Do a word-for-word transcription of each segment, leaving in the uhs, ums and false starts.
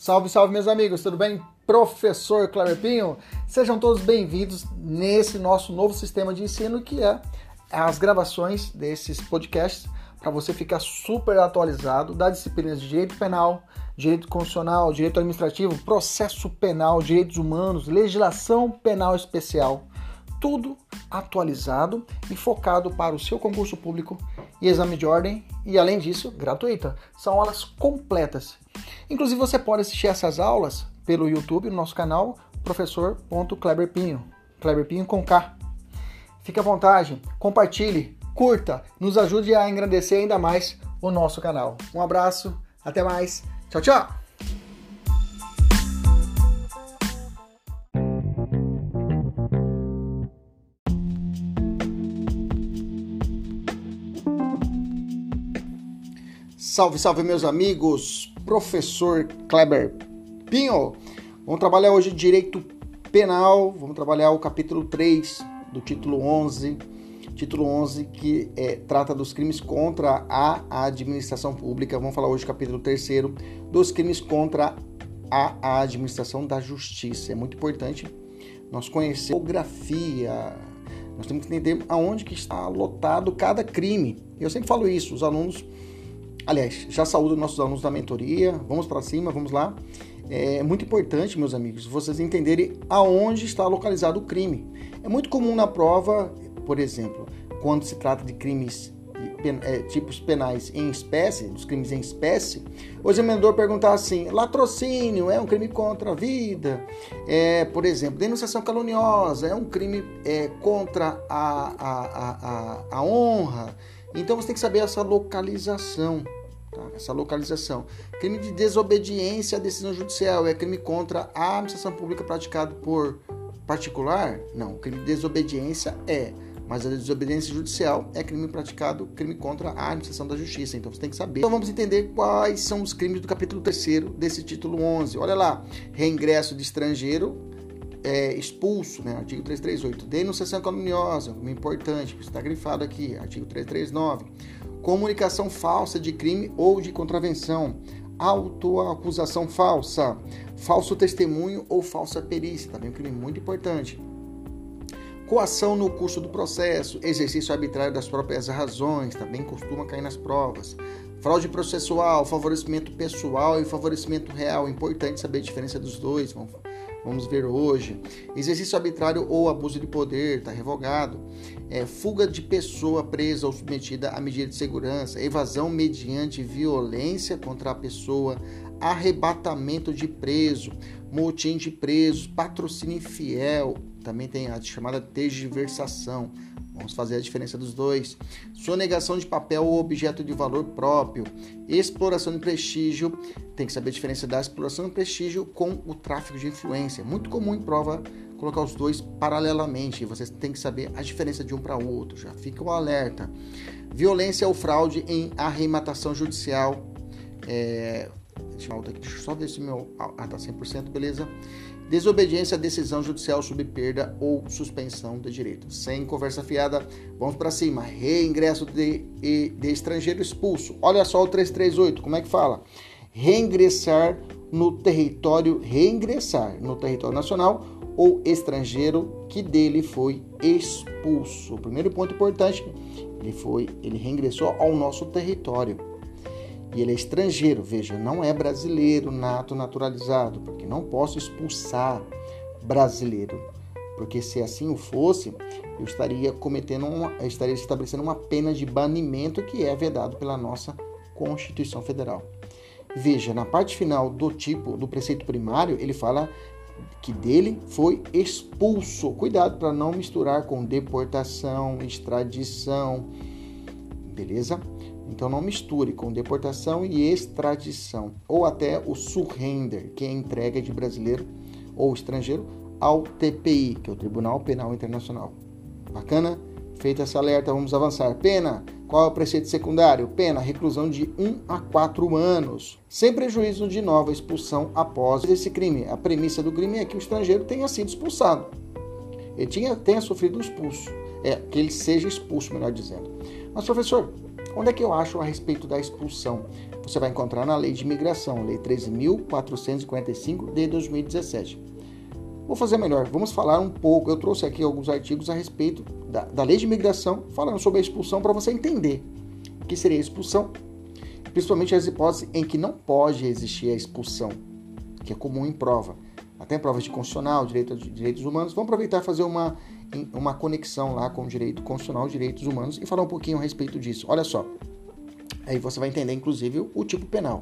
Salve, salve, meus amigos, tudo bem? Professor Kleber Pinho, sejam todos bem-vindos nesse nosso novo sistema de ensino, que é as gravações desses podcasts, para você ficar super atualizado das disciplinas de direito penal, direito constitucional, direito administrativo, processo penal, direitos humanos, legislação penal especial, tudo atualizado e focado para o seu concurso público e exame de ordem, e além disso, gratuita. São aulas completas. Inclusive, você pode assistir essas aulas pelo YouTube, no nosso canal, professor ponto kleber pinho, Kleber Pinho com K. Fique à vontade, compartilhe, curta, nos ajude a engrandecer ainda mais o nosso canal. Um abraço, até mais, tchau, tchau! Salve, salve, meus amigos! Professor Kleber Pinho. Vamos trabalhar hoje direito penal, vamos trabalhar o capítulo três do título onze, título onze que é, trata dos crimes contra a administração pública. Vamos falar hoje do capítulo três dos crimes contra a administração da justiça. É muito importante nós conhecer a geografia, nós temos que entender aonde que está lotado cada crime. Eu sempre falo isso, os alunos... Aliás, já saúdo nossos alunos da mentoria, vamos para cima, vamos lá. É muito importante, meus amigos, vocês entenderem aonde está localizado o crime. É muito comum na prova, por exemplo, quando se trata de crimes, pen, é, tipos penais em espécie, dos crimes em espécie, o examinador perguntar assim: latrocínio é um crime contra a vida? É, por exemplo, denunciação caluniosa é um crime é, contra a, a, a, a, a honra? Então você tem que saber essa localização, tá? Essa localização. Crime de desobediência à decisão judicial é crime contra a administração pública praticado por particular? Não, crime de desobediência é, mas a desobediência judicial é crime praticado, crime contra a administração da justiça. Então você tem que saber. Então vamos entender quais são os crimes do capítulo três desse título onze. Olha lá, reingresso de estrangeiro, É, expulso, né? Artigo trezentos e trinta e oito. Denunciação caluniosa, muito importante, está grifado aqui, artigo trezentos e trinta e nove. Comunicação falsa de crime ou de contravenção. Autoacusação falsa. Falso testemunho ou falsa perícia, também um crime muito importante. Coação no curso do processo. Exercício arbitrário das próprias razões, também costuma cair nas provas. Fraude processual, favorecimento pessoal e favorecimento real. É importante saber a diferença dos dois. Vamos Vamos ver hoje. Exercício arbitrário ou abuso de poder, está revogado. É, fuga de pessoa presa ou submetida a medida de segurança. Evasão mediante violência contra a pessoa. Arrebatamento de preso. Motim de preso. Patrocínio infiel. Também tem a chamada tergiversação. Vamos fazer a diferença dos dois. Sonegação de papel ou objeto de valor próprio. Exploração de prestígio. Tem que saber a diferença da exploração de prestígio com o tráfico de influência. É muito comum em prova colocar os dois paralelamente. Vocês têm que saber a diferença de um para o outro. Já fica o alerta. Violência ou fraude em arrematação judicial. É... Deixa eu só ver se meu... Ah, tá cem por cento, beleza. Desobediência à decisão judicial sob perda ou suspensão de direito. Sem conversa fiada, vamos para cima. Reingresso de, de estrangeiro expulso. Olha só o trezentos e trinta e oito, como é que fala? Reingressar no território, reingressar no território nacional ou estrangeiro que dele foi expulso. O primeiro ponto importante, ele foi, ele reingressou ao nosso território. E ele é estrangeiro, veja, não é brasileiro, nato, naturalizado, porque não posso expulsar brasileiro, porque se assim o fosse, eu estaria cometendo uma, eu estaria estabelecendo uma pena de banimento que é vedado pela nossa Constituição Federal. Veja, na parte final do tipo, do preceito primário, ele fala que dele foi expulso. Cuidado para não misturar com deportação, extradição, beleza? Então não misture com deportação e extradição, ou até o surrender, que é a entrega de brasileiro ou estrangeiro ao T P I, que é o Tribunal Penal Internacional. Bacana? Feito essa alerta, vamos avançar. Pena. Qual é o preceito secundário? Pena, reclusão de um a quatro anos, sem prejuízo de nova expulsão após esse crime. A premissa do crime é que o estrangeiro tenha sido expulsado. Ele tinha, tenha sofrido um expulso. É, que ele seja expulso, melhor dizendo. Mas, professor, Onde é que eu acho a respeito da expulsão? Você vai encontrar na Lei de Imigração, Lei treze mil quatrocentos e quarenta e cinco de dois mil e dezessete. Vou fazer melhor, vamos falar um pouco, eu trouxe aqui alguns artigos a respeito da, da Lei de Imigração, falando sobre a expulsão para você entender o que seria a expulsão, principalmente as hipóteses em que não pode existir a expulsão, que é comum em prova, até em provas de constitucional, direito de direitos humanos. Vamos aproveitar e fazer uma, uma conexão lá com o direito constitucional, direitos humanos, e falar um pouquinho a respeito disso. Olha só, aí você vai entender, inclusive, o tipo penal.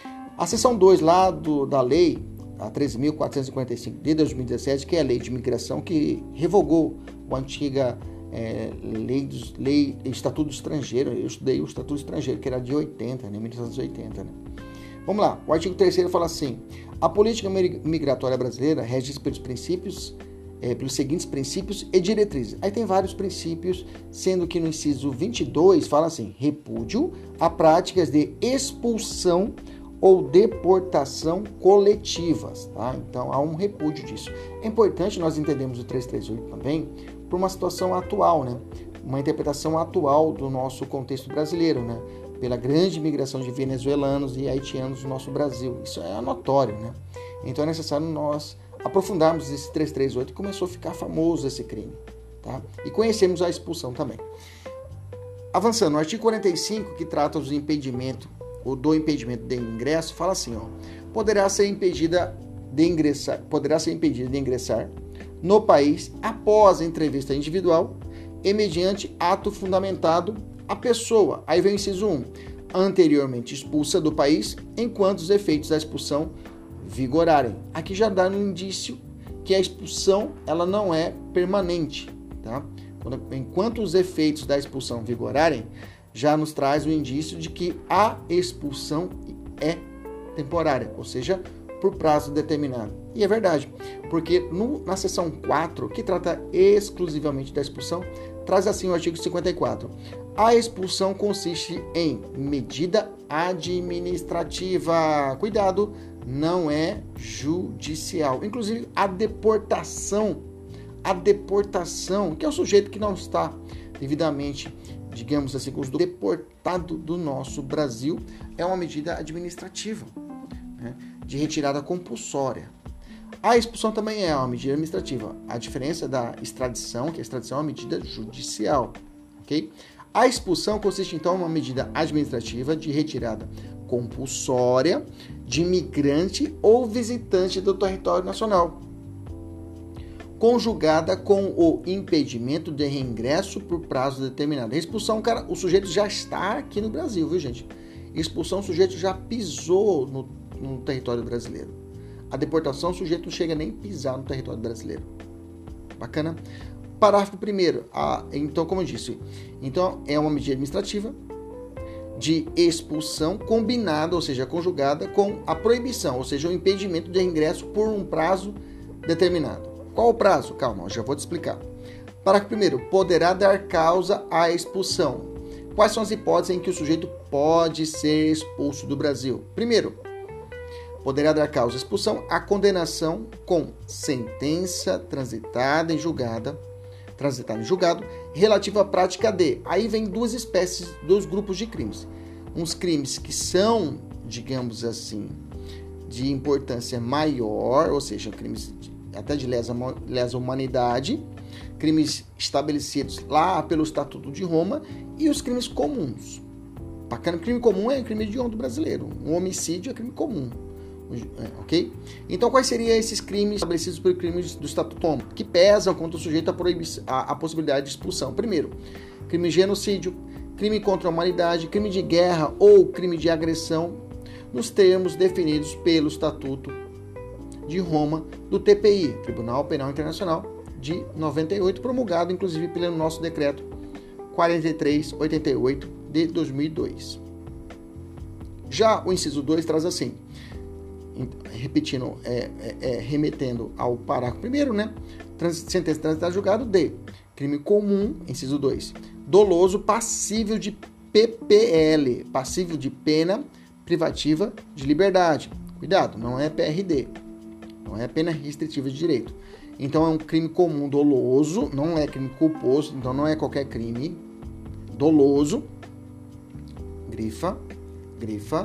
A seção dois lá do, da lei, a treze mil quatrocentos e quarenta e cinco de dois mil e dezessete, que é a Lei de Imigração, que revogou a antiga é, lei, dos, lei Estatuto do Estrangeiro. Eu estudei o Estatuto do Estrangeiro, que era de oitenta, né, mil novecentos e oitenta. Né? Vamos lá, o artigo terceiro fala assim: a política migratória brasileira rege pelos princípios, é, pelos seguintes princípios e diretrizes. Aí tem vários princípios, sendo que no inciso vinte e dois fala assim: repúdio a práticas de expulsão ou deportação coletivas, tá? Então há um repúdio disso. É importante nós entendermos o trezentos e trinta e oito também por uma situação atual, né? Uma interpretação atual do nosso contexto brasileiro, né? Pela grande migração de venezuelanos e haitianos no nosso Brasil. Isso é notório, né? Então é necessário nós aprofundarmos esse trezentos e trinta e oito, e começou a ficar famoso esse crime, tá? E conhecemos a expulsão também. Avançando, o artigo quarenta e cinco, que trata do impedimento ou do impedimento de ingresso, fala assim, ó: poderá ser impedida de ingressar, poderá ser impedida de ingressar no país após a entrevista individual e mediante ato fundamentado a pessoa, aí vem o inciso um, anteriormente expulsa do país, enquanto os efeitos da expulsão vigorarem. Aqui já dá um indício que a expulsão ela não é permanente, tá? Quando, enquanto os efeitos da expulsão vigorarem, já nos traz o indício de que a expulsão é temporária, ou seja, por prazo determinado. E é verdade, porque no, na seção quatro, que trata exclusivamente da expulsão, traz assim o artigo cinquenta e quatro. A expulsão consiste em medida administrativa. Cuidado, não é judicial. Inclusive, a deportação, a deportação, que é o sujeito que não está devidamente, digamos assim, deportado do nosso Brasil, é uma medida administrativa, né, de retirada compulsória. A expulsão também é uma medida administrativa. A diferença da extradição, que a extradição é uma medida judicial, ok? A expulsão consiste, então, em uma medida administrativa de retirada compulsória de imigrante ou visitante do território nacional, conjugada com o impedimento de reingresso por prazo determinado. A expulsão, cara, o sujeito já está aqui no Brasil, viu, gente? Expulsão, o sujeito já pisou no, no território brasileiro. A deportação, o sujeito não chega nem a pisar no território brasileiro. Bacana? Parágrafo primeiro. A, então, como eu disse, então é uma medida administrativa de expulsão combinada, ou seja, conjugada com a proibição, ou seja, o impedimento de reingresso por um prazo determinado. Qual o prazo? Calma, eu já vou te explicar. Parágrafo primeiro. Poderá dar causa à expulsão. Quais são as hipóteses em que o sujeito pode ser expulso do Brasil? Primeiro, poderá dar causa à expulsão a condenação com sentença transitada em julgada, transitada em julgado, relativa à prática de. Aí vem duas espécies, dois grupos de crimes. Uns crimes que são, digamos assim, de importância maior, ou seja, crimes de, até de lesa, lesa humanidade, crimes estabelecidos lá pelo Estatuto de Roma, e os crimes comuns. Bacana, crime comum é crime hediondo brasileiro. Um homicídio é crime comum. Ok? Então, quais seriam esses crimes estabelecidos pelo crime do Estatuto de Roma, que pesam contra o sujeito a, a, a possibilidade de expulsão? Primeiro, crime de genocídio, crime contra a humanidade, crime de guerra ou crime de agressão, nos termos definidos pelo Estatuto de Roma do T P I, Tribunal Penal Internacional, de noventa e oito, promulgado inclusive pelo nosso decreto quarenta e três cento e oitenta e oito de dois mil e dois. Já o inciso dois traz assim, repetindo, é, é, é, remetendo ao parágrafo primeiro, né? Trans, sentença transitada julgado de crime comum, inciso dois, doloso passível de P P L, passível de pena privativa de liberdade. Cuidado, não é P R D, não é pena restritiva de direito. Então é um crime comum doloso, não é crime culposo, então não é qualquer crime doloso, grifa, grifa,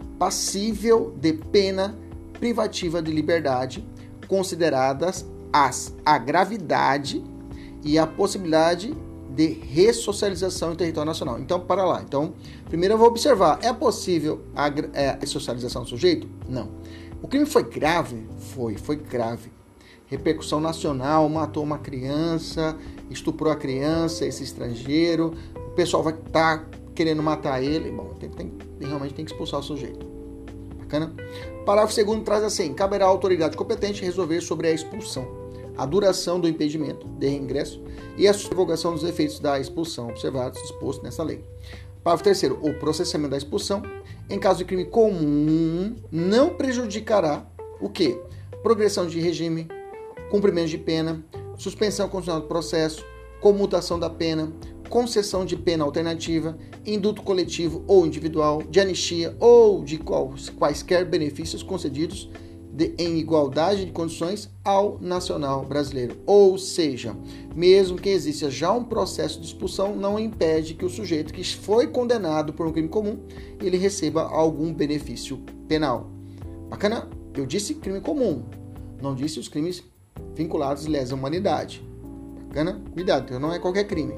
passível de pena privativa de liberdade, consideradas as, a gravidade e a possibilidade de ressocialização em território nacional. Então, para lá. Então, primeiro eu vou observar, é possível a, a ressocialização do sujeito? Não. O crime foi grave? Foi, foi grave. Repercussão nacional, matou uma criança, estuprou a criança, esse estrangeiro, o pessoal vai estar tá querendo matar ele. Bom, tem, tem, realmente tem que expulsar o sujeito. Bacana? Parágrafo segundo traz assim: caberá à autoridade competente resolver sobre a expulsão, a duração do impedimento de reingresso e a revogação dos efeitos da expulsão observados disposto nessa lei. Parágrafo terceiro. O processamento da expulsão, em caso de crime comum, não prejudicará o quê? Progressão de regime, cumprimento de pena, suspensão condicional do processo, comutação da pena, concessão de pena alternativa, indulto coletivo ou individual, de anistia ou de quaisquer benefícios concedidos de, em igualdade de condições ao nacional brasileiro. Ou seja, mesmo que exista já um processo de expulsão, não impede que o sujeito que foi condenado por um crime comum, ele receba algum benefício penal. Bacana? Eu disse crime comum, não disse os crimes vinculados à lesa humanidade. Bacana? Cuidado, então não é qualquer crime.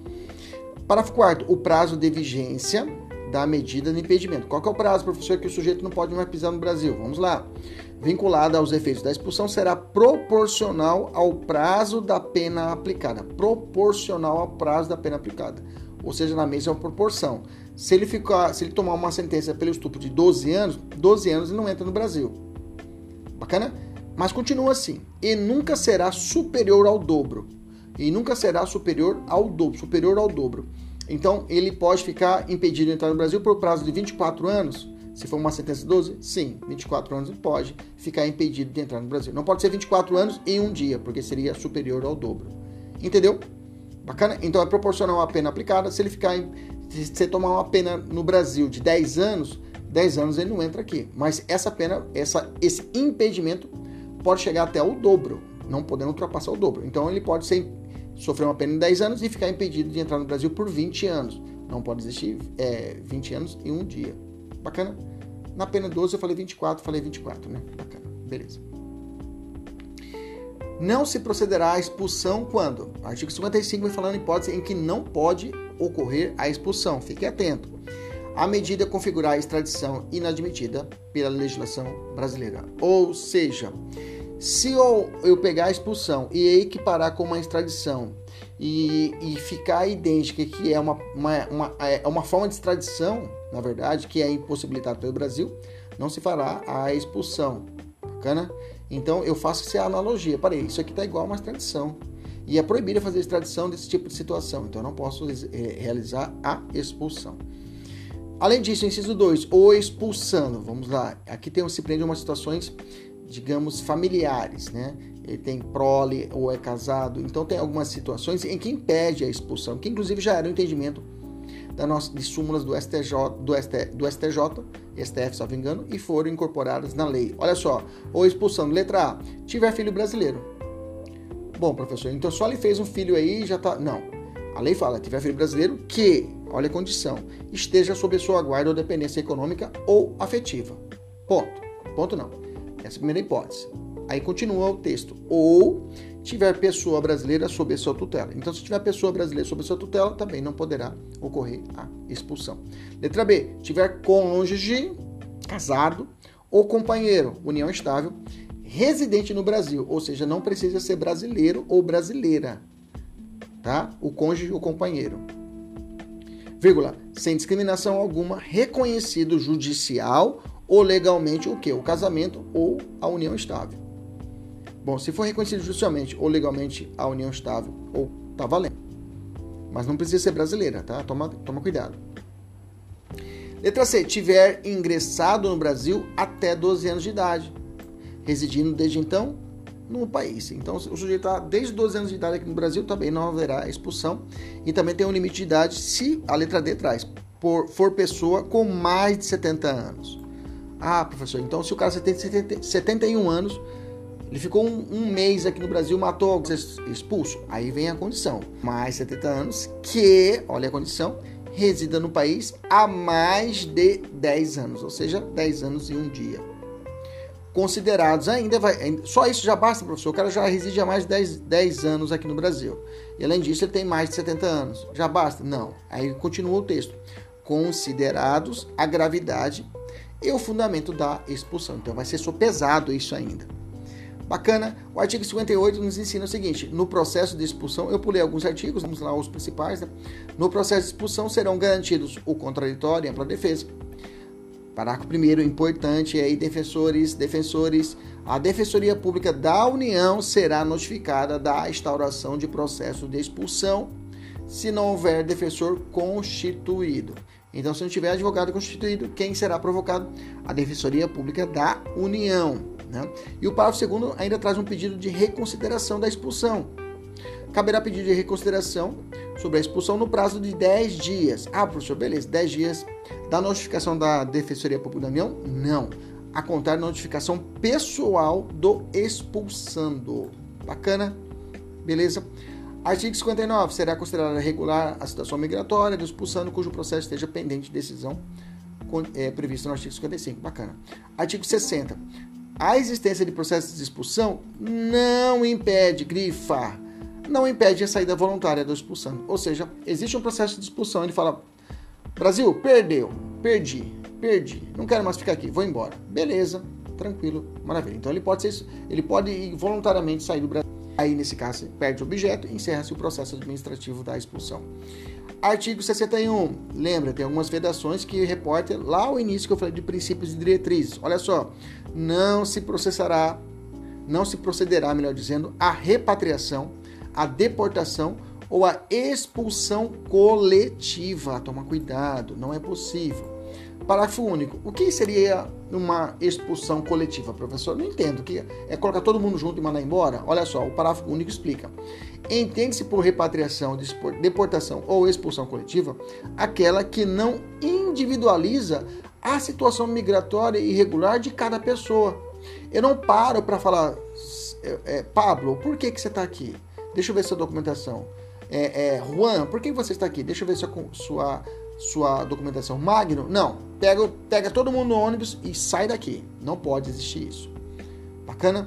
Parágrafo quarto. O prazo de vigência da medida de impedimento. Qual que é o prazo, professor, que o sujeito não pode mais pisar no Brasil? Vamos lá. Vinculada aos efeitos da expulsão, será proporcional ao prazo da pena aplicada. Proporcional ao prazo da pena aplicada. Ou seja, na mesma proporção. Se ele, ficar, se ele tomar uma sentença pelo estupro de doze anos, doze anos ele não entra no Brasil. Bacana? Mas continua assim. E nunca será superior ao dobro. E nunca será superior ao dobro. Superior ao dobro. Então, ele pode ficar impedido de entrar no Brasil por prazo de vinte e quatro anos. Se for uma sentença de doze, sim, vinte e quatro anos ele pode ficar impedido de entrar no Brasil. Não pode ser vinte e quatro anos em um dia, porque seria superior ao dobro. Entendeu? Bacana? Então, é proporcional à pena aplicada. Se ele ficar, se você tomar uma pena no Brasil de dez anos, dez anos ele não entra aqui. Mas essa pena, essa, esse impedimento pode chegar até o dobro, não podendo ultrapassar o dobro. Então, ele pode ser, sofrer uma pena em dez anos e ficar impedido de entrar no Brasil por vinte anos. Não pode existir é, vinte anos em um dia. Bacana? Na pena doze eu falei vinte e quatro, falei vinte e quatro, né? Bacana, beleza. Não se procederá à expulsão quando? Artigo cinquenta e cinco vai falando em hipótese em que não pode ocorrer a expulsão. Fique atento. A medida configurar a extradição inadmitida pela legislação brasileira. Ou seja, se eu, eu pegar a expulsão e equiparar com uma extradição e, e ficar idêntica que é uma, uma, uma, é uma forma de extradição, na verdade, que é impossibilitada pelo Brasil, não se fará a expulsão. Bacana? Então, eu faço essa analogia. Parei, isso aqui está igual a uma extradição. E é proibido fazer extradição desse tipo de situação. Então, eu não posso é, realizar a expulsão. Além disso, inciso dois, o expulsando. Vamos lá. Aqui tem, se prende umas situações, digamos, familiares, né? Ele tem prole ou é casado. Então, tem algumas situações em que impede a expulsão, que inclusive já era o entendimento da nossa, de súmulas do S T J, do, S T, do S T J, S T F, se não me engano, e foram incorporadas na lei. Olha só, ou expulsão, letra A, tiver filho brasileiro. Bom, professor, então só ele fez um filho aí já tá... Não, a lei fala, tiver filho brasileiro que, olha a condição, esteja sob sua guarda ou dependência econômica ou afetiva. Ponto. Ponto não. Essa é a primeira hipótese. Aí continua o texto. Ou tiver pessoa brasileira sob a sua tutela. Então, se tiver pessoa brasileira sob a sua tutela, também não poderá ocorrer a expulsão. Letra B. Tiver cônjuge, casado, ou companheiro, união estável, residente no Brasil. Ou seja, não precisa ser brasileiro ou brasileira. Tá? O cônjuge ou companheiro. Vírgula. Sem discriminação alguma, reconhecido judicial ou legalmente o quê? O casamento ou a união estável. Bom, se for reconhecido judicialmente ou legalmente a união estável, ou tá valendo. Mas não precisa ser brasileira, tá? Toma, toma cuidado. Letra C. Tiver ingressado no Brasil até doze anos de idade, residindo desde então no país. Então, o sujeito está desde doze anos de idade aqui no Brasil, também não haverá expulsão. E também tem um limite de idade, se a letra D traz, por, for pessoa com mais de setenta anos. Ah, professor, então se o cara tem setenta e um anos, ele ficou um, um mês aqui no Brasil, matou alguém, expulso. Aí vem a condição. Mais setenta anos que, olha a condição, resida no país há mais de dez anos, ou seja, dez anos e um dia. Considerados ainda, vai, só isso já basta, professor, o cara já reside há mais de dez, dez anos aqui no Brasil. E além disso, ele tem mais de setenta anos. Já basta? Não. Aí continua o texto. Considerados a gravidade e o fundamento da expulsão. Então vai ser sopesado isso ainda. Bacana. O artigo cinquenta e oito nos ensina o seguinte: no processo de expulsão, eu pulei alguns artigos, vamos lá os principais, né? No processo de expulsão serão garantidos o contraditório e ampla defesa. Parágrafo primeiro, importante, é aí, defensores, defensores, a Defensoria Pública da União será notificada da instauração de processo de expulsão se não houver defensor constituído. Então, se não tiver advogado constituído, quem será provocado? A Defensoria Pública da União, né? E o parágrafo segundo ainda traz um pedido de reconsideração da expulsão. Caberá pedido de reconsideração sobre a expulsão no prazo de dez dias. Ah, professor, beleza, dez dias da notificação da Defensoria Pública da União? Não. A contar notificação pessoal do expulsando. Bacana? Beleza? Artigo cinquenta e nove. Será considerada regular a situação migratória do expulsando cujo processo esteja pendente de decisão é, prevista no artigo cinquenta e cinco. Bacana. Artigo sessenta. A existência de processos de expulsão não impede, grifa, não impede a saída voluntária do expulsando. Ou seja, existe um processo de expulsão, ele fala: Brasil, perdeu, perdi, perdi, não quero mais ficar aqui, vou embora. Beleza, tranquilo, maravilha. Então ele pode ser, ele pode ir voluntariamente sair do Brasil. Aí, nesse caso, perde o objeto e encerra-se o processo administrativo da expulsão. Artigo sessenta e um. Lembra, tem algumas vedações que reportam lá o início que eu falei de princípios e diretrizes. Olha só, não se processará, não se procederá, melhor dizendo, a repatriação, a deportação ou a expulsão coletiva. Toma cuidado, não é possível. Parágrafo único. O que seria uma expulsão coletiva, professor? Não entendo. Que é colocar todo mundo junto e mandar embora? Olha só, o parágrafo único explica. Entende-se por repatriação, deportação ou expulsão coletiva aquela que não individualiza a situação migratória irregular de cada pessoa. Eu não paro para falar, é, é, Pablo, por que, que você está aqui? Deixa eu ver sua documentação. É, é, Juan, por que você está aqui? Deixa eu ver sua, sua, sua documentação. Magno? Não. Pega, pega todo mundo no ônibus e sai daqui. Não pode existir isso. Bacana?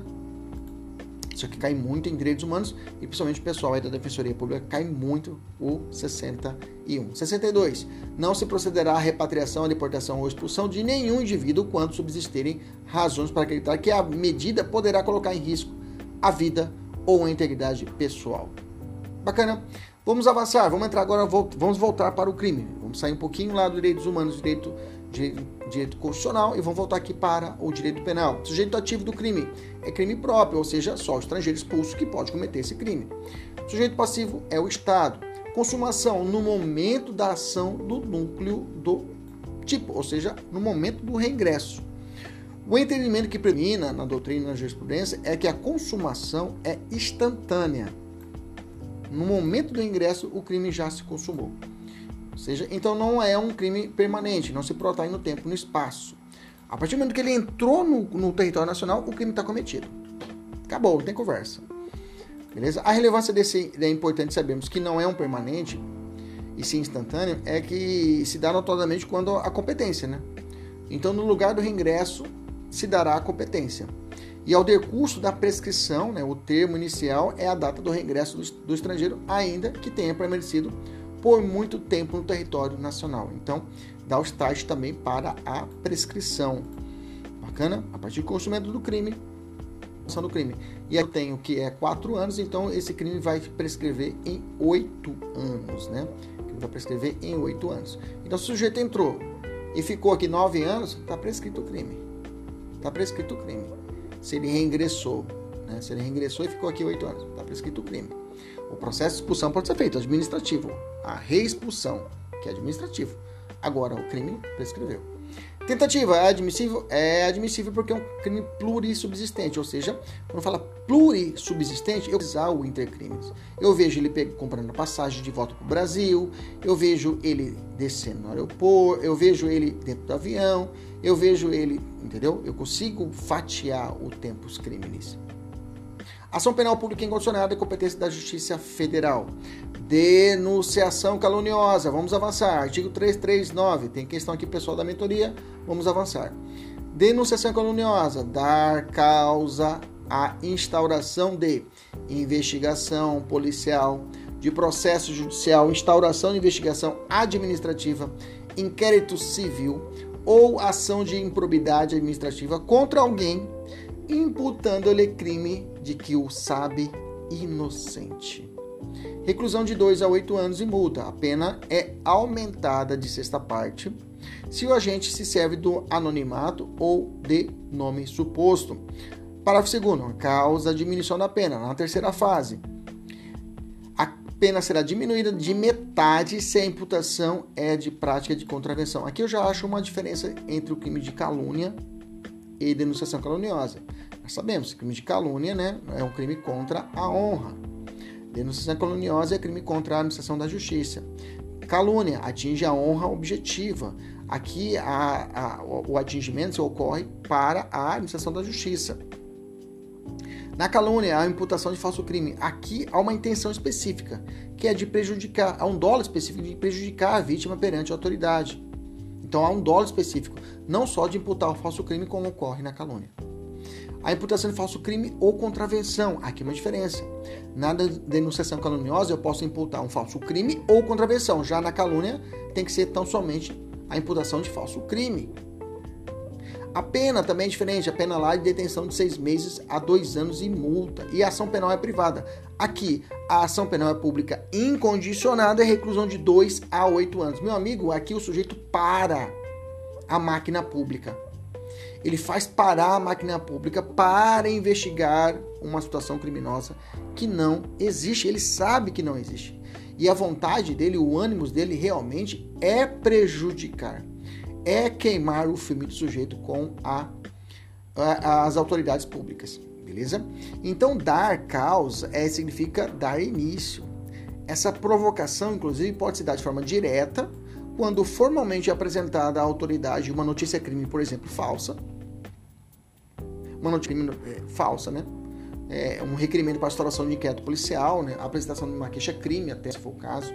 Isso aqui cai muito em direitos humanos e principalmente o pessoal aí da Defensoria Pública cai muito o sessenta e um. sessenta e dois. Não se procederá à repatriação, à deportação ou expulsão de nenhum indivíduo quando subsistirem razões para acreditar que a medida poderá colocar em risco a vida ou a integridade pessoal. Bacana? Vamos avançar, vamos entrar agora, vamos voltar para o crime. Vamos sair um pouquinho lá do direitos humanos, direito, direito, direito constitucional e vamos voltar aqui para o direito penal. Sujeito ativo do crime é crime próprio, ou seja, só o estrangeiro expulso que pode cometer esse crime. Sujeito passivo é o Estado. Consumação no momento da ação do núcleo do tipo, ou seja, no momento do reingresso. O entendimento que predomina na doutrina e na jurisprudência é que a consumação é instantânea. No momento do ingresso, o crime já se consumou. Ou seja, então não é um crime permanente, não se protrai no tempo, no espaço. A partir do momento que ele entrou no, no território nacional, o crime está cometido. Acabou, não tem conversa. Beleza? A relevância desse é importante sabermos que não é um permanente, e sim instantâneo, é que se dá notoriamente quando a competência, né? Então, no lugar do reingresso, se dará a competência. E ao decurso da prescrição, né, o termo inicial é a data do reingresso do, do estrangeiro, ainda que tenha permanecido por muito tempo no território nacional. Então, dá o estágio também para a prescrição. Bacana? A partir do consumo do crime, do crime. E eu tenho que é quatro anos, então esse crime vai prescrever em oito anos, né? Vai prescrever em oito anos. Então, se o sujeito entrou e ficou aqui nove anos, está prescrito o crime. Está prescrito o crime. Se ele reingressou, né? Se ele reingressou e ficou aqui oito anos, está prescrito o crime. O processo de expulsão pode ser feito administrativo. A reexpulsão, que é administrativo. Agora, o crime prescreveu. Tentativa é admissível? É admissível porque é um crime plurissubsistente, ou seja, quando fala plurissubsistente, eu usar o intercrimes. Eu vejo ele comprando passagem de volta para o Brasil, eu vejo ele descendo no aeroporto, eu vejo ele dentro do avião, eu vejo ele, entendeu? Eu consigo fatiar o tempus criminis. Ação penal pública incondicionada é competência da Justiça Federal. Denunciação caluniosa, vamos avançar. Artigo trezentos e trinta e nove, tem questão aqui pessoal da mentoria, vamos avançar. Denunciação caluniosa, dar causa à instauração de investigação policial, de processo judicial, instauração de investigação administrativa, inquérito civil ou ação de improbidade administrativa contra alguém, imputando-lhe crime de que o sabe inocente. Reclusão de dois a oito anos e multa. A pena é aumentada de sexta parte se o agente se serve do anonimato ou de nome suposto. Parágrafo segundo. A causa diminuição da pena. Na terceira fase, a pena será diminuída de metade se a imputação é de prática de contravenção. Aqui eu já acho uma diferença entre o crime de calúnia e denunciação caluniosa. Nós sabemos que crime de calúnia, né, é um crime contra a honra. Denunciação caluniosa é crime contra a administração da justiça. Calúnia atinge a honra objetiva. Aqui a, a, o atingimento ocorre para a administração da justiça. Na calúnia, há a imputação de falso crime. Aqui há uma intenção específica, que é de prejudicar, há um dolo específico de prejudicar a vítima perante a autoridade. Então há um dolo específico, não só de imputar o falso crime como ocorre na calúnia. A imputação de falso crime ou contravenção, aqui uma diferença. Na denunciação caluniosa eu posso imputar um falso crime ou contravenção, já na calúnia tem que ser tão somente a imputação de falso crime. A pena também é diferente, a pena lá é de detenção de seis meses a dois anos e multa, e a ação penal é privada. Aqui, a ação penal é pública incondicionada, é reclusão de dois a oito anos. Meu amigo, aqui o sujeito para a máquina pública. Ele faz parar a máquina pública para investigar uma situação criminosa que não existe. Ele sabe que não existe. E a vontade dele, o ânimo dele realmente é prejudicar. É queimar o filme do sujeito com a, a, as autoridades públicas. Beleza? Então, dar causa é, significa dar início. Essa provocação, inclusive, pode se dar de forma direta, quando formalmente é apresentada à autoridade uma notícia crime, por exemplo, falsa. Uma notícia crime é, falsa, né? É um requerimento para instauração de inquérito policial, né? A apresentação de uma queixa-crime, até se for o caso.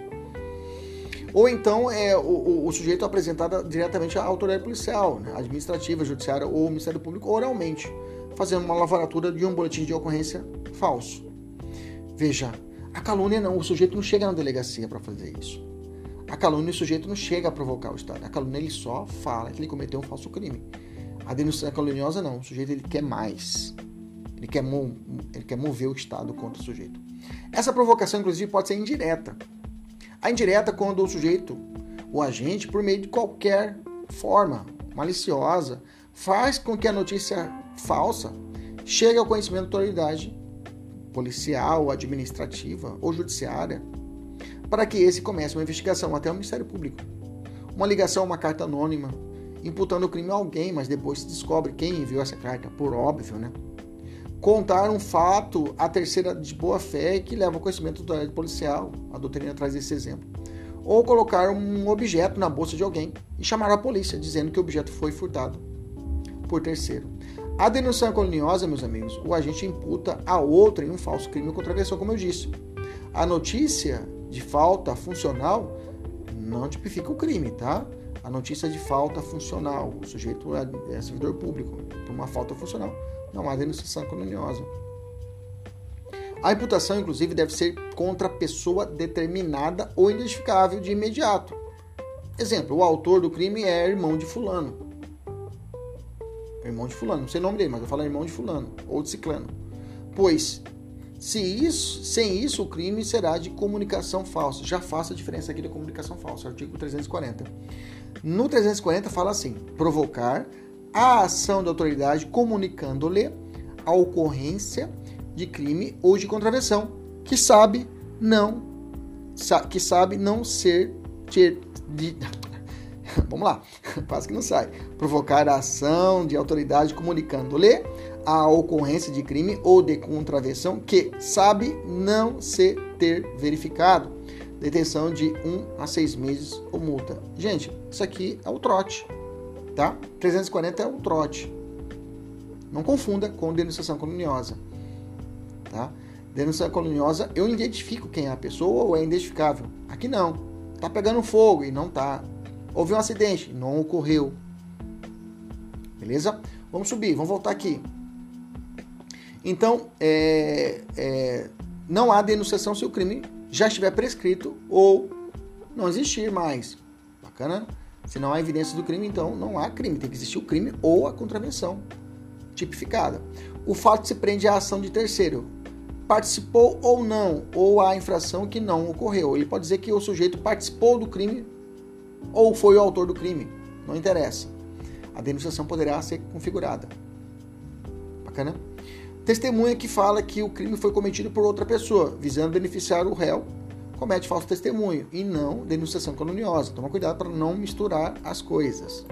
Ou então é o, o, o sujeito apresentado diretamente à autoridade policial, né? Administrativa, judiciária ou Ministério Público, oralmente, fazendo uma lavratura de um boletim de ocorrência falso. Veja, a calúnia não, o sujeito não chega na delegacia para fazer isso. A calúnia, o sujeito não chega a provocar o Estado. A calúnia, ele só fala que ele cometeu um falso crime. A denúncia caluniosa, não. O sujeito, ele quer mais. Ele quer, mo- ele quer mover o Estado contra o sujeito. Essa provocação, inclusive, pode ser indireta. A indireta, quando o sujeito, o agente, por meio de qualquer forma maliciosa, faz com que a notícia falsa chegue ao conhecimento da autoridade policial, administrativa ou judiciária, para que esse comece uma investigação até o Ministério Público. Uma ligação, uma carta anônima, imputando o crime a alguém, mas depois se descobre quem enviou essa carta, por óbvio, né? Contar um fato à terceira de boa fé que leva ao conhecimento da autoridade policial, a doutrina traz esse exemplo. Ou colocar um objeto na bolsa de alguém e chamar a polícia, dizendo que o objeto foi furtado por terceiro. A denúncia caluniosa, meus amigos, o agente imputa a outro em um falso crime ou contravenção, como eu disse. A notícia de falta funcional não tipifica o crime, tá? A notícia de falta funcional, o sujeito é servidor público, por uma falta funcional, não há denunciação caluniosa. A imputação, inclusive, deve ser contra a pessoa determinada ou identificável de imediato. Exemplo, o autor do crime é irmão de fulano. Irmão de fulano, não sei o nome dele, mas eu falo irmão de fulano, ou de ciclano. Pois, se isso, sem isso, o crime será de comunicação falsa. Já faço a diferença aqui da comunicação falsa, artigo trezentos e quarenta. No trezentos e quarenta fala assim, provocar a ação da autoridade comunicando-lhe a ocorrência de crime ou de contravenção, que sabe não, que sabe não ser ter, de, vamos lá, quase que não sai. Provocar a ação de autoridade comunicando-lhe a ocorrência de crime ou de contravenção que sabe não se ter verificado. Detenção de um a seis meses ou multa. Gente, isso aqui é o trote, tá? trezentos e quarenta é o trote. Não confunda com denunciação caluniosa. tá? Denúncia caluniosa, eu identifico quem é a pessoa ou é identificável. Aqui não. Tá pegando fogo e não tá. Houve um acidente, não ocorreu. Beleza? Vamos subir, vamos voltar aqui. Então, é, é, não há denunciação se o crime já estiver prescrito ou não existir mais. Bacana? Se não há evidência do crime, então não há crime. Tem que existir o crime ou a contravenção tipificada. O fato se prende à ação de terceiro. Participou ou não, ou a infração que não ocorreu. Ele pode dizer que o sujeito participou do crime ou foi o autor do crime. Não interessa. A denunciação poderá ser configurada. Bacana? Testemunha que fala que o crime foi cometido por outra pessoa, visando beneficiar o réu, comete falso testemunho e não denunciação caluniosa. Toma cuidado para não misturar as coisas.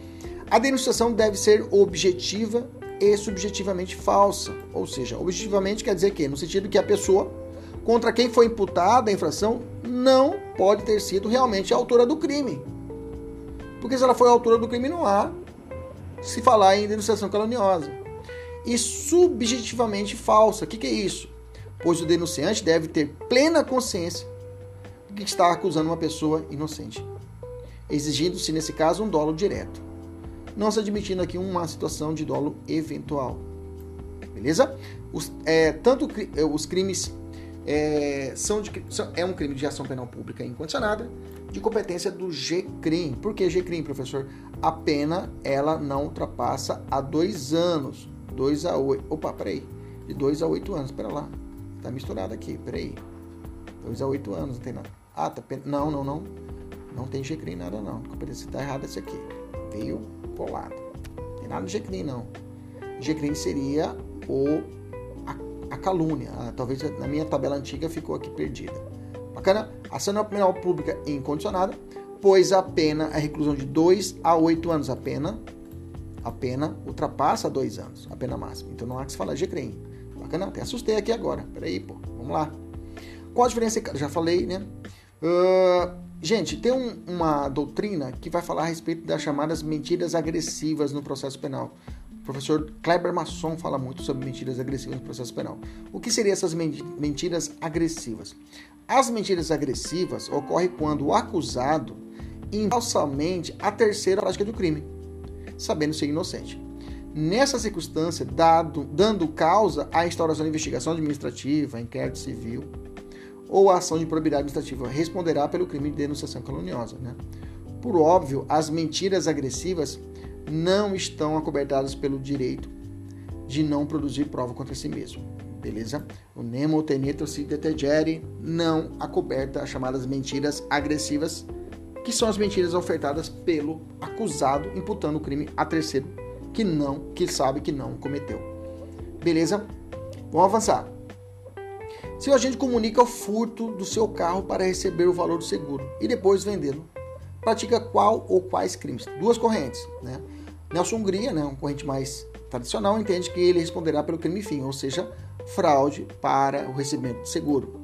A denunciação deve ser objetiva e subjetivamente falsa. Ou seja, objetivamente quer dizer que, no sentido que a pessoa contra quem foi imputada a infração não pode ter sido realmente a autora do crime. Porque se ela foi a autora do crime, não há se falar em denunciação caluniosa. E subjetivamente falsa. O que, que é isso? Pois o denunciante deve ter plena consciência de que está acusando uma pessoa inocente, exigindo-se, nesse caso, um dolo direto, não se admitindo aqui uma situação de dolo eventual. Beleza? Os, é, tanto os crimes é, são de, são, é um crime de ação penal pública incondicionada, de competência do G C R I M. Por que G C R I M, professor? A pena, ela não ultrapassa a dois anos. dois a oito. Opa, peraí. De dois a oito anos. Pera lá. Tá misturado aqui. Peraí. dois a oito anos, não tem nada. Ah, tá. Não, não, não. Não tem G C R I M nada, não. Competência tá errada esse aqui. Veio colado. Não tem nada de G C R I M, não. G C R I M seria o, a, a calúnia. Ah, talvez na minha tabela antiga ficou aqui perdida. Bacana? Ação penal pública incondicionada, pois a pena é reclusão de dois a oito anos. A pena, a pena ultrapassa dois anos, a pena máxima. Então não há que se falar G C R I M. Bacana? Até assustei aqui agora. Peraí, pô. Vamos lá. Qual a diferença? Já falei, né? Uh, gente, tem um, uma doutrina que vai falar a respeito das chamadas mentiras agressivas no processo penal. O professor Kleber Masson fala muito sobre mentiras agressivas no processo penal. O que seriam essas mentiras agressivas? As mentiras agressivas ocorrem quando o acusado falsamente a terceira prática do crime, sabendo ser inocente. Nessa circunstância, dado, dando causa à instauração de investigação administrativa, inquérito civil ou ação de probidade administrativa, responderá pelo crime de denunciação caluniosa. Né? Por óbvio, as mentiras agressivas não estão acobertadas pelo direito de não produzir prova contra si mesmo. Beleza? O nemo tenetur sit detegere não acoberta as chamadas mentiras agressivas, que são as mentiras ofertadas pelo acusado, imputando o crime a terceiro que não, que sabe que não cometeu. Beleza? Vamos avançar. Se o agente comunica o furto do seu carro para receber o valor do seguro e depois vendê-lo, pratica qual ou quais crimes? Duas correntes, né? Nelson Hungria, né, um corrente mais tradicional, entende que ele responderá pelo crime fim, ou seja, fraude para o recebimento de seguro.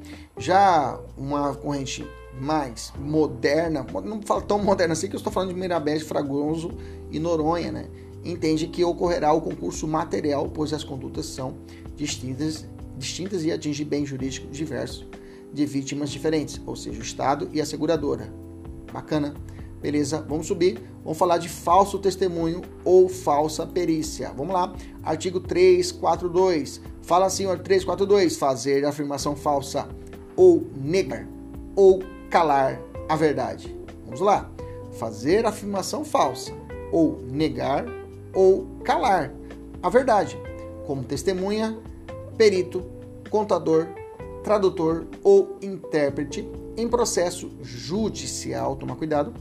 Já uma corrente mais moderna, não falo tão moderna assim, que eu estou falando de Mirabete, Fragoso e Noronha, né? Entende que ocorrerá o concurso material, pois as condutas são distintas, distintas e atingem bens jurídicos diversos de vítimas diferentes, ou seja, o Estado e a seguradora. Bacana? Beleza? Vamos subir. Vamos falar de falso testemunho ou falsa perícia. Vamos lá. Artigo trezentos e quarenta e dois. Fala assim, ó, trezentos e quarenta e dois. Fazer afirmação falsa ou negar ou calar a verdade. Vamos lá. Fazer afirmação falsa ou negar ou calar a verdade, como testemunha, perito, contador, tradutor ou intérprete em processo judicial, toma cuidado,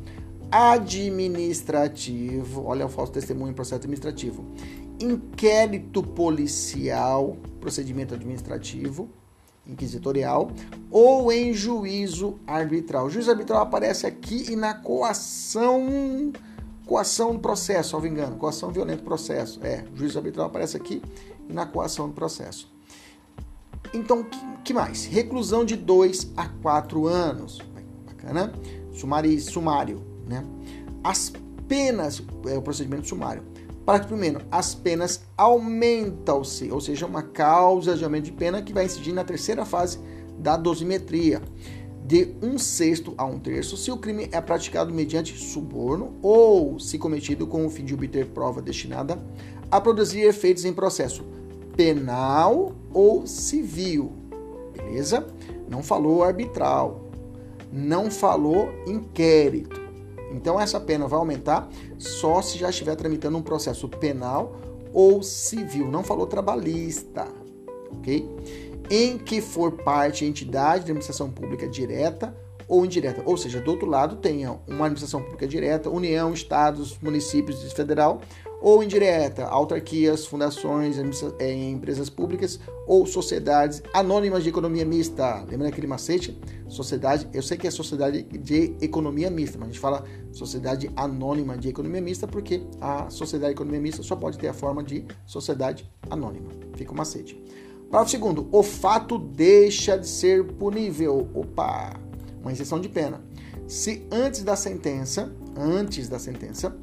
administrativo, olha o falso testemunho em processo administrativo, inquérito policial, procedimento administrativo, inquisitorial, ou em juízo arbitral. O juízo arbitral aparece aqui e na coação, coação do processo, salvo engano, coação violenta do processo. É, o juízo arbitral aparece aqui e na coação do processo. Então, que, que mais? Reclusão de dois a quatro anos. Bacana. Sumari, sumário, né? As penas, é o procedimento sumário. Parágrafo primeiro. As penas aumentam-se, ou seja, uma causa de aumento de pena que vai incidir na terceira fase da dosimetria, de um sexto a um terço, se o crime é praticado mediante suborno ou se cometido com o fim de obter prova destinada a produzir efeitos em processo penal ou civil. Beleza? Não falou arbitral, não falou inquérito. Então essa pena vai aumentar só se já estiver tramitando um processo penal ou civil. Não falou trabalhista, ok? Em que for parte entidade de administração pública direta ou indireta. Ou seja, do outro lado tenha uma administração pública direta, União, Estados, municípios e federal, ou indireta, autarquias, fundações, empresas públicas ou sociedades anônimas de economia mista. Lembra aquele macete? Sociedade, eu sei que é sociedade de economia mista, mas a gente fala sociedade anônima de economia mista porque a sociedade de economia mista só pode ter a forma de sociedade anônima. Fica o macete. Parágrafo segundo. O fato deixa de ser punível. Opa! Uma exceção de pena. Se antes da sentença, antes da sentença,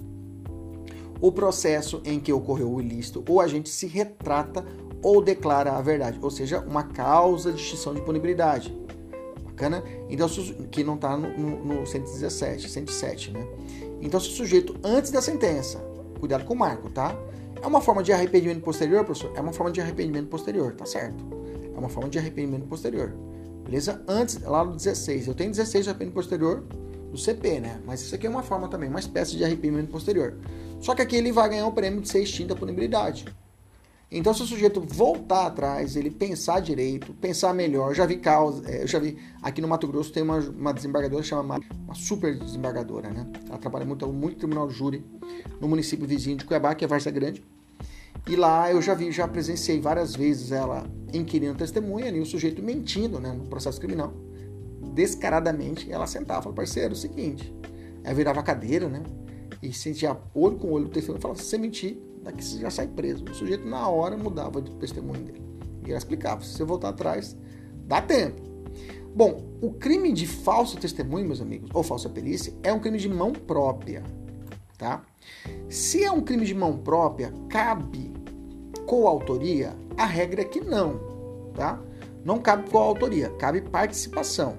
o processo em que ocorreu o ilícito, o agente se retrata ou declara a verdade, ou seja, uma causa de extinção de punibilidade. Bacana? Então, que não está no, no, no cento e dezessete, cento e sete, né? Então, se o sujeito, antes da sentença, cuidado com o marco, tá? É uma forma de arrependimento posterior, professor? É uma forma de arrependimento posterior, tá certo? É uma forma de arrependimento posterior. Beleza? Antes, lá no dezesseis, eu tenho dezesseis de arrependimento posterior do C P, né? Mas isso aqui é uma forma também, uma espécie de arrependimento posterior. Só que aqui ele vai ganhar o prêmio de ser extinta a punibilidade. Então, se o sujeito voltar atrás, ele pensar direito, pensar melhor, já vi causa, eu já vi, aqui no Mato Grosso tem uma, uma desembargadora chamada, uma super desembargadora, né? Ela trabalha muito, muito tribunal de júri no município vizinho de Cuiabá, que é Várzea Grande. E lá eu já vi, já presenciei várias vezes ela inquirindo testemunha e o sujeito mentindo, né, no processo criminal. Descaradamente, ela sentava e falava, parceiro, é o seguinte, aí virava a cadeira, né? E sentia olho com olho o testemunho e falava, se você mentir, daqui você já sai preso. O sujeito na hora mudava de testemunho dele. E ela explicava, se você voltar atrás, dá tempo. Bom, o crime de falso testemunho, meus amigos, ou falsa perícia, é um crime de mão própria, tá? Se é um crime de mão própria, cabe coautoria? A regra é que não, tá? Não cabe coautoria, cabe participação.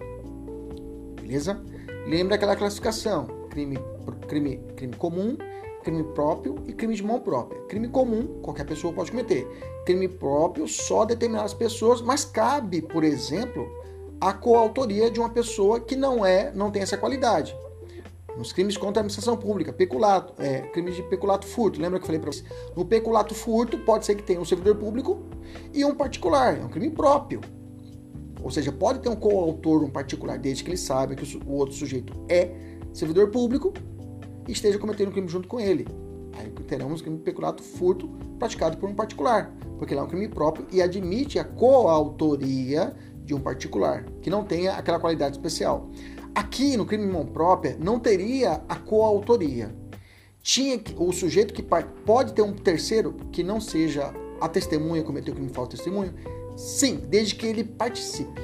Beleza? Lembra aquela classificação, crime Crime, crime comum, crime próprio e crime de mão própria. Crime comum, qualquer pessoa pode cometer. Crime próprio, só determinadas pessoas, mas cabe, por exemplo, a coautoria de uma pessoa que não é, não tem essa qualidade. Nos crimes contra a administração pública, peculato, é, crime de peculato furto, lembra que eu falei para vocês? No peculato furto, pode ser que tenha um servidor público e um particular, é um crime próprio. Ou seja, pode ter um coautor, um particular, desde que ele saiba que o outro sujeito é servidor público e esteja cometendo um crime junto com ele. Aí teremos um crime de peculato furto praticado por um particular, porque ele é um crime próprio e admite a coautoria de um particular, que não tenha aquela qualidade especial. Aqui, no crime de mão própria, não teria a coautoria. Tinha que, o sujeito que pode ter um terceiro que não seja a testemunha cometer o crime de falso testemunho, sim, desde que ele participe.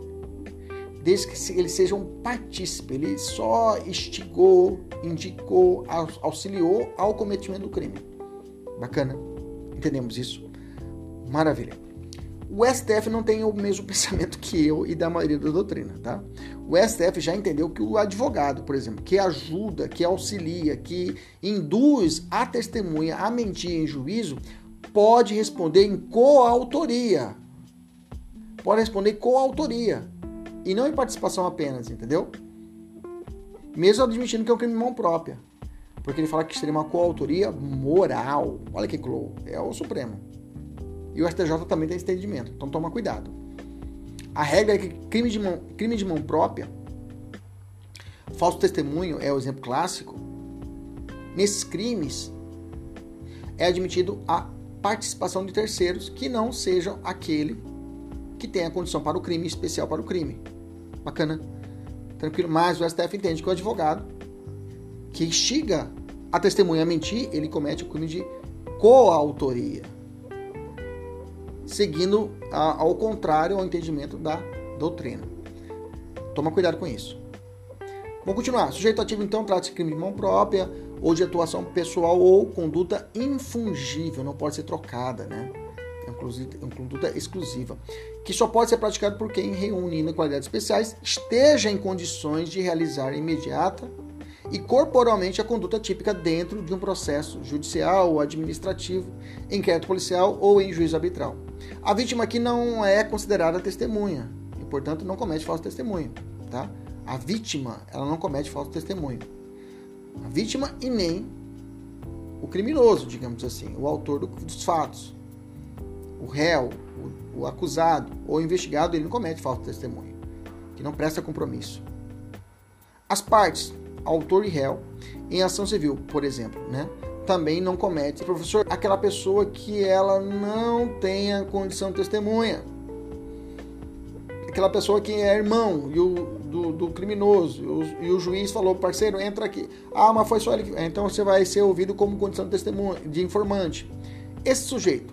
Desde que ele seja um partícipe, ele só instigou, indicou, auxiliou ao cometimento do crime. Bacana? Entendemos isso? Maravilha. O S T F não tem o mesmo pensamento que eu e da maioria da doutrina, tá? O S T F já entendeu que o advogado, por exemplo, que ajuda, que auxilia, que induz a testemunha a mentir em juízo, pode responder em coautoria. Pode responder coautoria. E não em participação apenas, entendeu? Mesmo admitindo que é um crime de mão própria. Porque ele fala que seria uma coautoria moral. Olha que glow. É o Supremo. E o S T J também tem esse entendimento. Então toma cuidado. A regra é que crime de mão, crime de mão própria, falso testemunho é o exemplo clássico. Nesses crimes é admitido a participação de terceiros que não sejam aquele que tem a condição para o crime, especial para o crime. Bacana? Tranquilo? Mas o S T F entende que o advogado que instiga a testemunha a mentir, ele comete o crime de coautoria. Seguindo a, ao contrário ao entendimento da doutrina. Toma cuidado com isso. Vamos continuar. Sujeito ativo, então, trata-se de crime de mão própria. ou de atuação pessoal ou conduta infungível, não pode ser trocada, né? É uma conduta exclusiva, que só pode ser praticada por quem, reunindo qualidades especiais, esteja em condições de realizar imediata e corporalmente a conduta típica dentro de um processo judicial ou administrativo, inquérito policial ou em juízo arbitral. A vítima aqui não é considerada testemunha e, portanto, não comete falso testemunho, tá? A vítima, ela não comete falso testemunho. A vítima e nem o criminoso, digamos assim, o autor do, dos fatos. O réu, o, o acusado ou o investigado, ele não comete falso testemunho, que não presta compromisso. As partes, autor e réu, em ação civil, por exemplo, né, também não comete. Professor, aquela pessoa que ela não tem a condição de testemunha, aquela pessoa que é irmão e o, do, do criminoso, e o, e o juiz falou, parceiro, entra aqui. Ah, mas foi só ele que... Então você vai ser ouvido como condição de testemunha, de informante. Esse sujeito,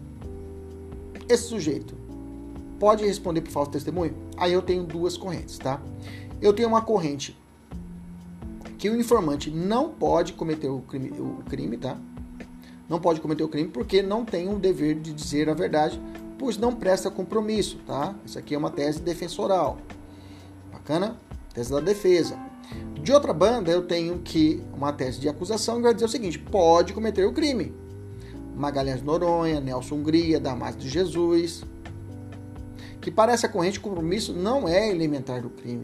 esse sujeito pode responder por falso testemunho? Aí eu tenho duas correntes, tá? Eu tenho uma corrente que o informante não pode cometer o crime, o crime, tá? Não pode cometer o crime porque não tem o dever de dizer a verdade, pois não presta compromisso, tá? Isso aqui é uma tese defensoral. Bacana? Tese da defesa. De outra banda, eu tenho que uma tese de acusação que vai dizer o seguinte: pode cometer o crime. Magalhães Noronha, Nelson Hungria, Damásio de Jesus, que para essa corrente o compromisso não é elementar do crime.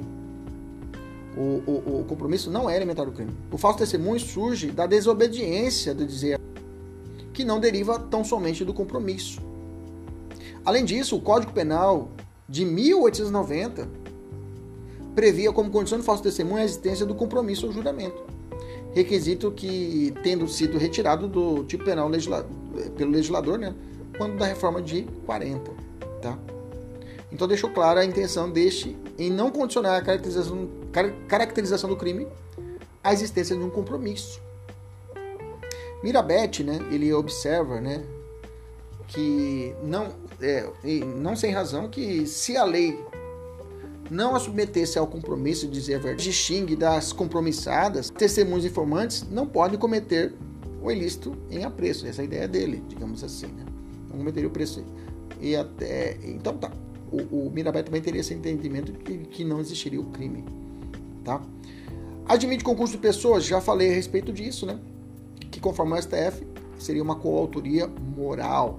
O, o, o compromisso não é elementar do crime. O falso testemunho surge da desobediência de dizer, que não deriva tão somente do compromisso. Além disso, o Código Penal de mil oitocentos e noventa previa como condição de falso testemunho a existência do compromisso ou juramento, requisito que, tendo sido retirado do tipo penal legisla... pelo legislador, né, quando da reforma de quarenta, tá? Então deixou clara a intenção deste em não condicionar a caracterização, car... caracterização do crime à existência de um compromisso. Mirabete, né, ele observa, né, que não, é, não sem razão, que se a lei não a submeter-se ao compromisso de dizer a verdade, distingue das compromissadas, testemunhos informantes não podem cometer o ilícito em apreço. Essa é a ideia dele, digamos assim, né? Não cometeria o preço. E até, então tá. O, o Mirabete também teria esse entendimento de que não existiria o crime, tá? Admite concurso de pessoas, já falei a respeito disso, né? Que conforme o S T F seria uma coautoria moral,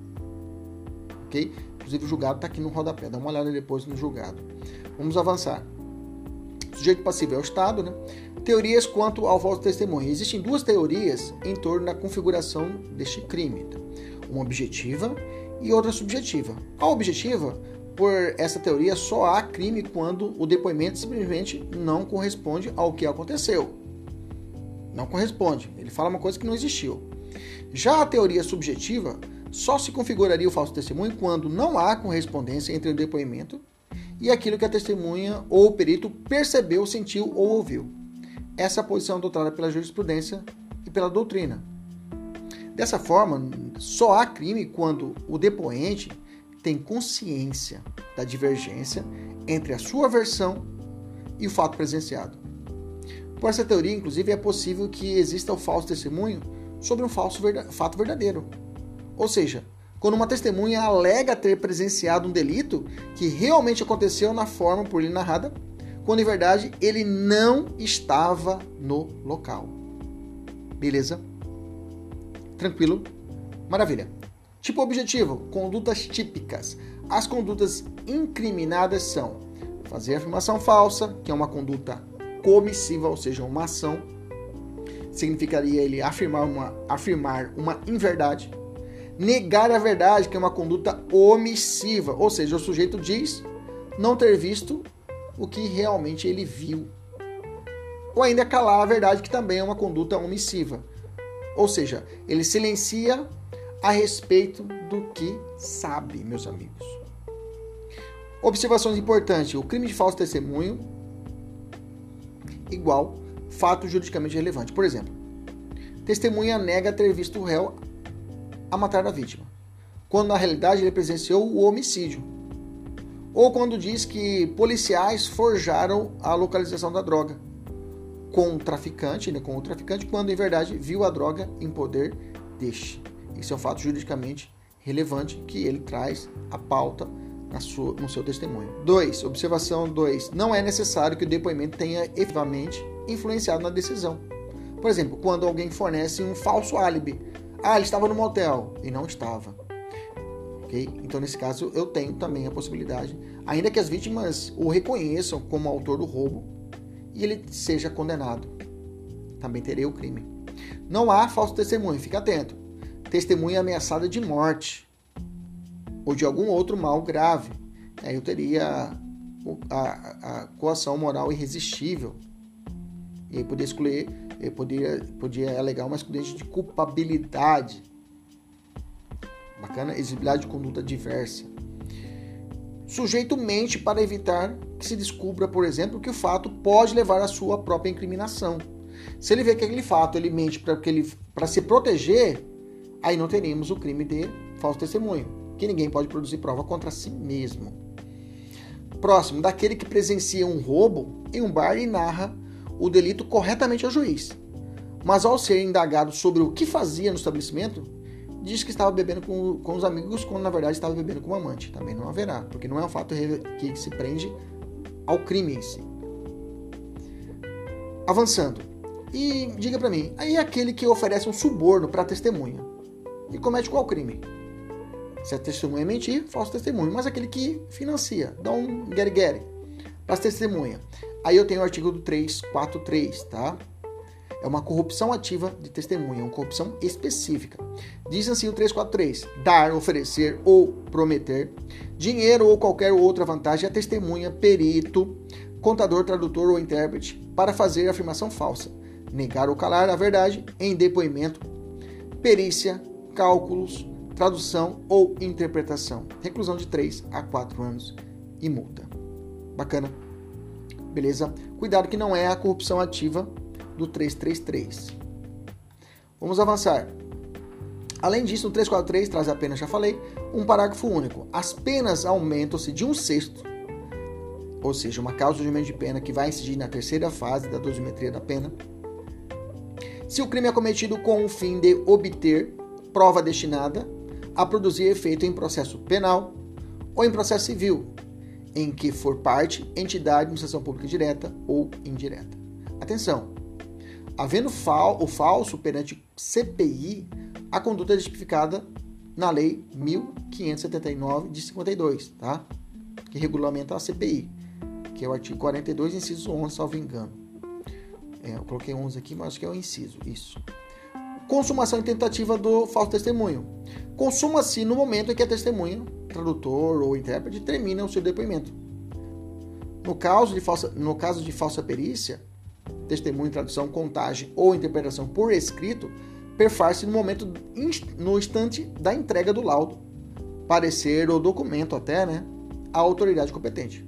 ok? Inclusive o julgado está aqui no rodapé, dá uma olhada depois no julgado. Vamos avançar. Sujeito passivo é o Estado, né? Teorias quanto ao falso testemunho. Existem duas teorias em torno da configuração deste crime. Uma objetiva e outra subjetiva. A objetiva, por essa teoria, só há crime quando o depoimento simplesmente não corresponde ao que aconteceu. Não corresponde. Ele fala uma coisa que não existiu. Já a teoria subjetiva só se configuraria o falso testemunho quando não há correspondência entre o depoimento e aquilo que a testemunha ou o perito percebeu, sentiu ou ouviu. Essa é a posição adotada pela jurisprudência e pela doutrina. Dessa forma, só há crime quando o depoente tem consciência da divergência entre a sua versão e o fato presenciado. Por essa teoria, inclusive, é possível que exista o falso testemunho sobre um falso verda- fato verdadeiro. Ou seja, quando uma testemunha alega ter presenciado um delito que realmente aconteceu na forma por ele narrada, quando em verdade ele não estava no local. Beleza? Tranquilo? Maravilha. Tipo objetivo, condutas típicas. As condutas incriminadas são fazer afirmação falsa, que é uma conduta comissiva, ou seja, uma ação. Significaria ele afirmar uma, afirmar uma inverdade. Negar a verdade, que é uma conduta omissiva, ou seja, o sujeito diz não ter visto o que realmente ele viu. Ou ainda calar a verdade, que também é uma conduta omissiva. Ou seja, ele silencia a respeito do que sabe, meus amigos. Observações importantes. O crime de falso testemunho igual fato juridicamente relevante. Por exemplo, testemunha nega ter visto o réu a matar a vítima, quando na realidade ele presenciou o homicídio. Ou quando diz que policiais forjaram a localização da droga, com o traficante, né, com o traficante, quando em verdade viu a droga em poder deste. Isso é um fato juridicamente relevante que ele traz à pauta na sua, no seu testemunho. dois. Observação dois. Não é necessário que o depoimento tenha efetivamente influenciado na decisão. Por exemplo, quando alguém fornece um falso álibi. Ah, ele estava no motel e não estava. Okay? Então, nesse caso, eu tenho também a possibilidade, ainda que as vítimas o reconheçam como autor do roubo e ele seja condenado, também terei o crime. Não há falso testemunho, fica atento. Testemunha ameaçada de morte ou de algum outro mal grave. Aí eu teria a, a coação moral irresistível. E aí poderia excluir, eu poderia, podia alegar uma excludente de culpabilidade. Bacana? Exigibilidade de conduta diversa. Sujeito mente para evitar que se descubra, por exemplo, que o fato pode levar à sua própria incriminação. Se ele vê que aquele fato ele mente para ele, para se proteger, aí não teríamos o crime de falso testemunho, que ninguém pode produzir prova contra si mesmo. Próximo, daquele que presencia um roubo em um bar e narra o delito corretamente ao juiz, mas ao ser indagado sobre o que fazia no estabelecimento, diz que estava bebendo com, com os amigos, quando na verdade estava bebendo com o amante. Também não haverá, porque não é um fato que se prende ao crime em si. Avançando. E diga para mim, aí é aquele que oferece um suborno para a testemunha e comete qual crime? Se a testemunha é mentir, falso testemunho. Mas aquele que financia, dá um guerre-guerre para a testemunha. Aí eu tenho o artigo do trezentos e quarenta e três, tá? É uma corrupção ativa de testemunha, uma corrupção específica. Diz assim o trezentos e quarenta e três: dar, oferecer ou prometer dinheiro ou qualquer outra vantagem a testemunha, perito, contador, tradutor ou intérprete para fazer afirmação falsa, negar ou calar a verdade em depoimento, perícia, cálculos, tradução ou interpretação. Reclusão de três a quatro anos e multa. Bacana? Beleza? Cuidado que não é a corrupção ativa do trezentos e trinta e três. Vamos avançar. Além disso, no trezentos e quarenta e três traz a pena, já falei, um parágrafo único. As penas aumentam-se de um sexto, ou seja, uma causa de aumento de pena que vai incidir na terceira fase da dosimetria da pena, se o crime é cometido com o fim de obter prova destinada a produzir efeito em processo penal ou em processo civil, em que for parte, entidade, administração pública direta ou indireta. Atenção! Havendo fal- o falso perante C P I, a conduta é tipificada na Lei mil quinhentos e setenta e nove de cinquenta e dois, tá? Que regulamenta a C P I, que é o artigo quarenta e dois, inciso onze, salvo engano. É, eu coloquei onze aqui, mas acho que é o inciso, isso. Consumação e tentativa do falso testemunho. Consuma-se no momento em que a testemunha, tradutor ou intérprete, termina o seu depoimento. No caso de falsa, no caso de falsa perícia, testemunho, tradução, contagem ou interpretação por escrito, perfaz-se no momento, no instante da entrega do laudo, parecer ou documento até, né, à autoridade competente.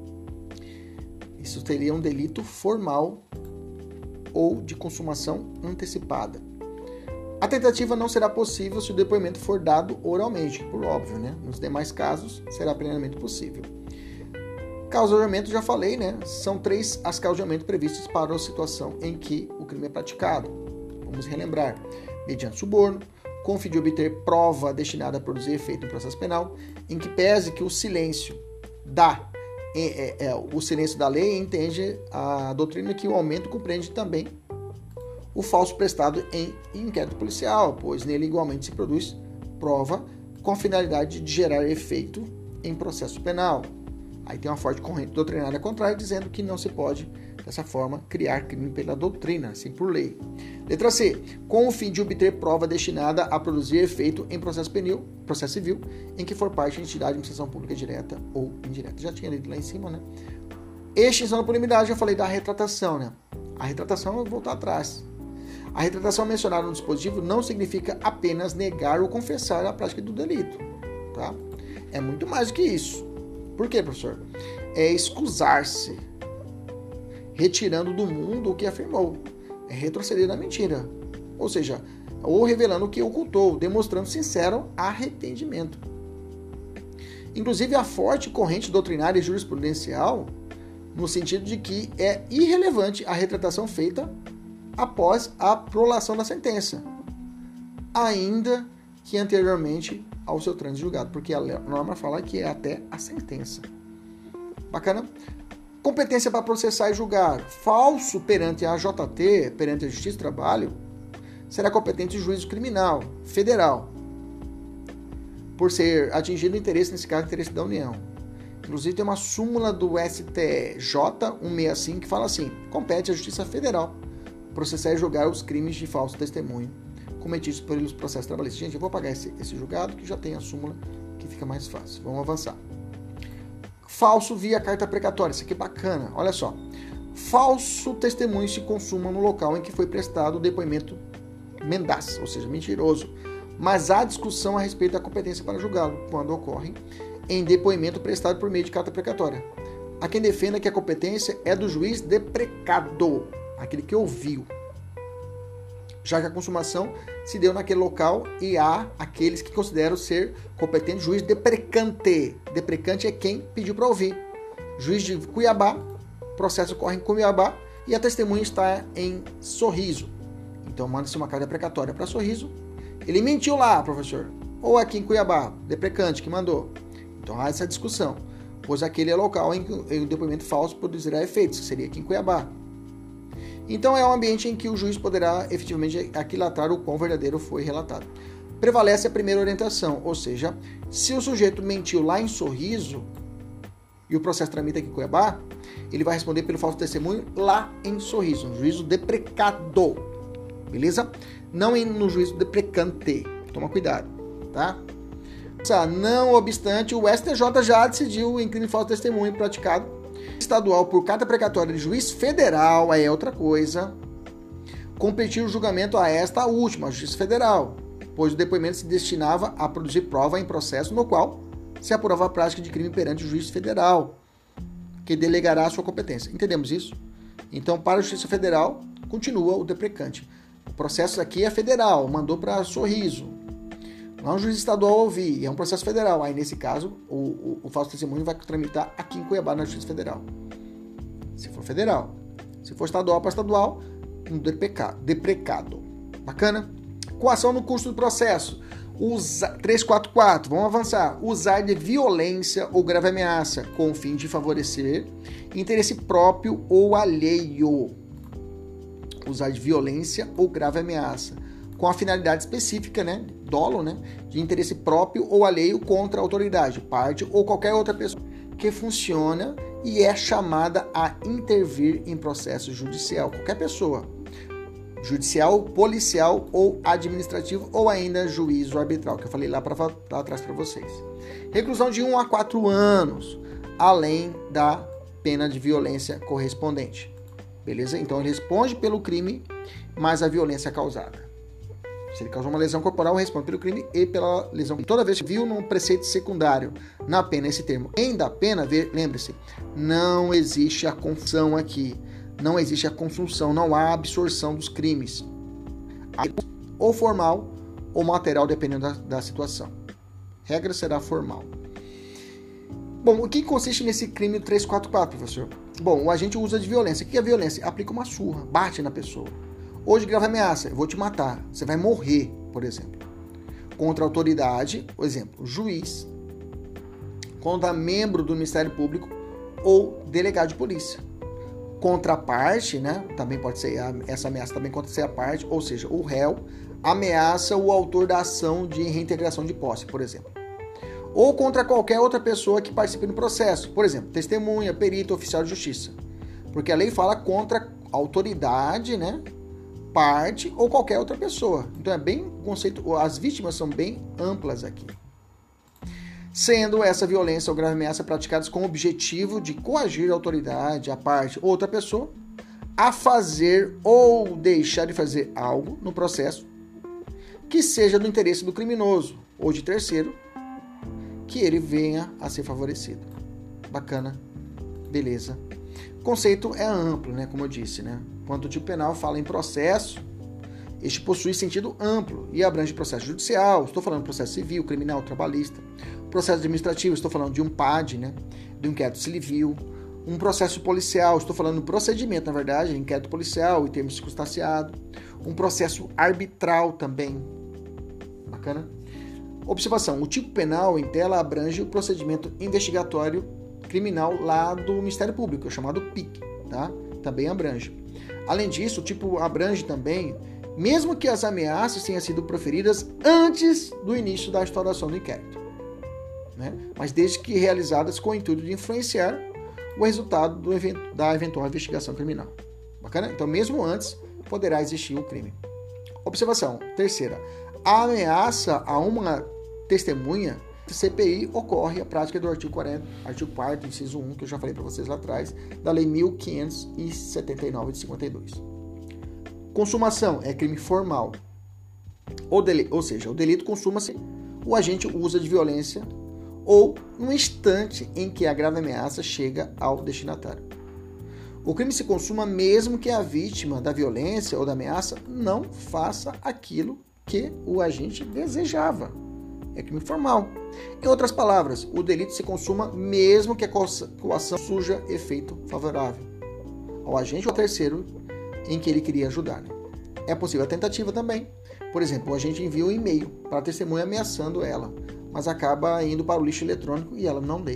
Isso seria um delito formal ou de consumação antecipada. A tentativa não será possível se o depoimento for dado oralmente, por óbvio, né? Nos demais casos, será plenamente possível. Causa de aumento, já falei, né? São três as causas de aumento previstas para a situação em que o crime é praticado. Vamos relembrar. Mediante suborno, com o fim de obter prova destinada a produzir efeito no processo penal, em que pese que o silêncio da, é, é, é, o silêncio da lei entende a doutrina que o aumento compreende também o falso prestado em inquérito policial, pois nele igualmente se produz prova com a finalidade de gerar efeito em processo penal. Aí tem uma forte corrente doutrinária contrária dizendo que não se pode, dessa forma, criar crime pela doutrina, assim por lei. Letra C. Com o fim de obter prova destinada a produzir efeito em processo penal, processo civil, em que for parte de entidade de administração pública direta ou indireta. Já tinha lido lá em cima, né? Extinção da punibilidade, já falei da retratação, né? A retratação é voltar atrás. A retratação mencionada no dispositivo não significa apenas negar ou confessar a prática do delito, tá? É muito mais do que isso. Por quê, professor? É excusar-se, retirando do mundo o que afirmou. É retroceder da mentira. Ou seja, ou revelando o que ocultou, demonstrando sincero arrependimento. Inclusive, a forte corrente doutrinária e jurisprudencial no sentido de que é irrelevante a retratação feita após a prolação da sentença, ainda que anteriormente ao seu trânsito julgado, porque a norma fala que é até a sentença. Bacana? Competência para processar e julgar. Falso perante a A J T, perante a Justiça do Trabalho, será competente o juízo criminal federal, por ser atingido o interesse, nesse caso, o interesse da União. Inclusive, tem uma súmula do S T J cento e sessenta e cinco que fala assim: compete à Justiça Federal processar e julgar os crimes de falso testemunho cometidos pelos processos trabalhistas. Gente, eu vou apagar esse, esse julgado, que já tem a súmula, que fica mais fácil. Vamos avançar. Falso via carta precatória. Isso aqui é bacana. Olha só. Falso testemunho se consuma no local em que foi prestado o depoimento mendaz, ou seja, mentiroso. Mas há discussão a respeito da competência para julgá-lo, quando ocorre em depoimento prestado por meio de carta precatória. Há quem defenda que a competência é do juiz deprecado, aquele que ouviu, já que a consumação se deu naquele local, e há aqueles que consideram ser competente juiz deprecante. Deprecante é quem pediu para ouvir. Juiz de Cuiabá, processo ocorre em Cuiabá e a testemunha está em Sorriso. Então manda-se uma carta precatória para Sorriso. Ele mentiu lá, professor. Ou aqui em Cuiabá, deprecante que mandou. Então há essa discussão, pois aquele é o local em que o depoimento falso produzirá efeitos, que seria aqui em Cuiabá. Então é um ambiente em que o juiz poderá efetivamente aquilatar o quão verdadeiro foi relatado. Prevalece a primeira orientação, ou seja, se o sujeito mentiu lá em Sorriso e o processo tramita aqui em Cuiabá, ele vai responder pelo falso testemunho lá em Sorriso, no juízo deprecado, beleza? Não no juízo deprecante, toma cuidado, tá? Não obstante, o S T J já decidiu em crime de falso testemunho praticado estadual por carta precatória de juiz federal, aí é outra coisa, competir o julgamento a esta última, a Justiça Federal, pois o depoimento se destinava a produzir prova em processo no qual se apurava a prática de crime perante o juiz federal, que delegará a sua competência. Entendemos isso? Então, para a Justiça Federal, continua o deprecante. O processo aqui é federal, mandou para Sorriso. Lá um juiz estadual ouvir, é um processo federal. Aí, nesse caso, o, o, o falso testemunho vai tramitar aqui em Cuiabá, na Justiça Federal. Se for federal. Se for estadual para estadual, um deprecado. Bacana? Coação no curso do processo. Usa, trezentos e quarenta e quatro, vamos avançar. Usar de violência ou grave ameaça com o fim de favorecer interesse próprio ou alheio. Usar de violência ou grave ameaça com a finalidade específica, né, dolo, né, de interesse próprio ou alheio contra a autoridade, parte ou qualquer outra pessoa que funciona e é chamada a intervir em processo judicial. Qualquer pessoa, judicial, policial ou administrativo, ou ainda juízo arbitral, que eu falei lá para atrás para vocês. Reclusão de um a quatro anos, além da pena de violência correspondente. Beleza? Então ele responde pelo crime, mais a violência causada. Se ele causou uma lesão corporal, responde pelo crime e pela lesão. Toda vez que viu num preceito secundário na pena esse termo em da pena, lembre-se, não existe a confusão aqui. Não existe a consunção, não há absorção dos crimes. Ou formal ou material, dependendo da, da situação. Regra será formal. Bom, o que consiste nesse crime trezentos e quarenta e quatro, professor? Bom, o agente usa de violência. O que é violência? Aplica uma surra, bate na pessoa. Hoje, grave ameaça, eu vou te matar, você vai morrer, por exemplo. Contra a autoridade, por exemplo, juiz, contra membro do Ministério Público ou delegado de polícia. Contra a parte, né, também pode ser, essa ameaça também pode ser a parte, ou seja, o réu ameaça o autor da ação de reintegração de posse, por exemplo. Ou contra qualquer outra pessoa que participe do processo, por exemplo, testemunha, perito, oficial de justiça. Porque a lei fala contra a autoridade, né, parte ou qualquer outra pessoa. Então é bem conceito, as vítimas são bem amplas aqui. Sendo essa violência ou grave ameaça praticadas com o objetivo de coagir a autoridade, a parte ou outra pessoa a fazer ou deixar de fazer algo no processo que seja do interesse do criminoso ou de terceiro, que ele venha a ser favorecido. Bacana, beleza. O conceito é amplo, né, como eu disse, né? Quando o tipo penal fala em processo, este possui sentido amplo e abrange processo judicial, estou falando de processo civil, criminal, trabalhista, processo administrativo, estou falando de um P A D, né, de um inquérito civil, Um processo policial, estou falando procedimento, na verdade, inquérito policial e termo circunstanciado. Um processo arbitral também. Bacana? Observação, o tipo penal em tela abrange o procedimento investigatório criminal lá do Ministério Público, chamado P I C, tá? Também abrange. Além disso, o tipo abrange também, mesmo que as ameaças tenham sido proferidas antes do início da instauração do inquérito, né? Mas desde que realizadas com o intuito de influenciar o resultado do evento, da eventual investigação criminal. Bacana? Então, mesmo antes, poderá existir o crime. Observação, terceira. A ameaça a uma testemunha, C P I, ocorre a prática do artigo quarenta, artigo quarto, inciso um, que eu já falei para vocês lá atrás, da Lei mil quinhentos e setenta e nove de cinquenta e dois. Consumação é crime formal. Ou, dele, ou seja, o delito consuma-se, o agente usa de violência ou no instante em que a grave ameaça chega ao destinatário. O crime se consuma mesmo que a vítima da violência ou da ameaça não faça aquilo que o agente desejava. É crime formal. Em outras palavras, o delito se consuma mesmo que a coação surja efeito favorável ao agente ou ao terceiro em que ele queria ajudar. É possível a tentativa também. Por exemplo, o agente envia um e-mail para a testemunha ameaçando ela, mas acaba indo para o lixo eletrônico e ela não lê.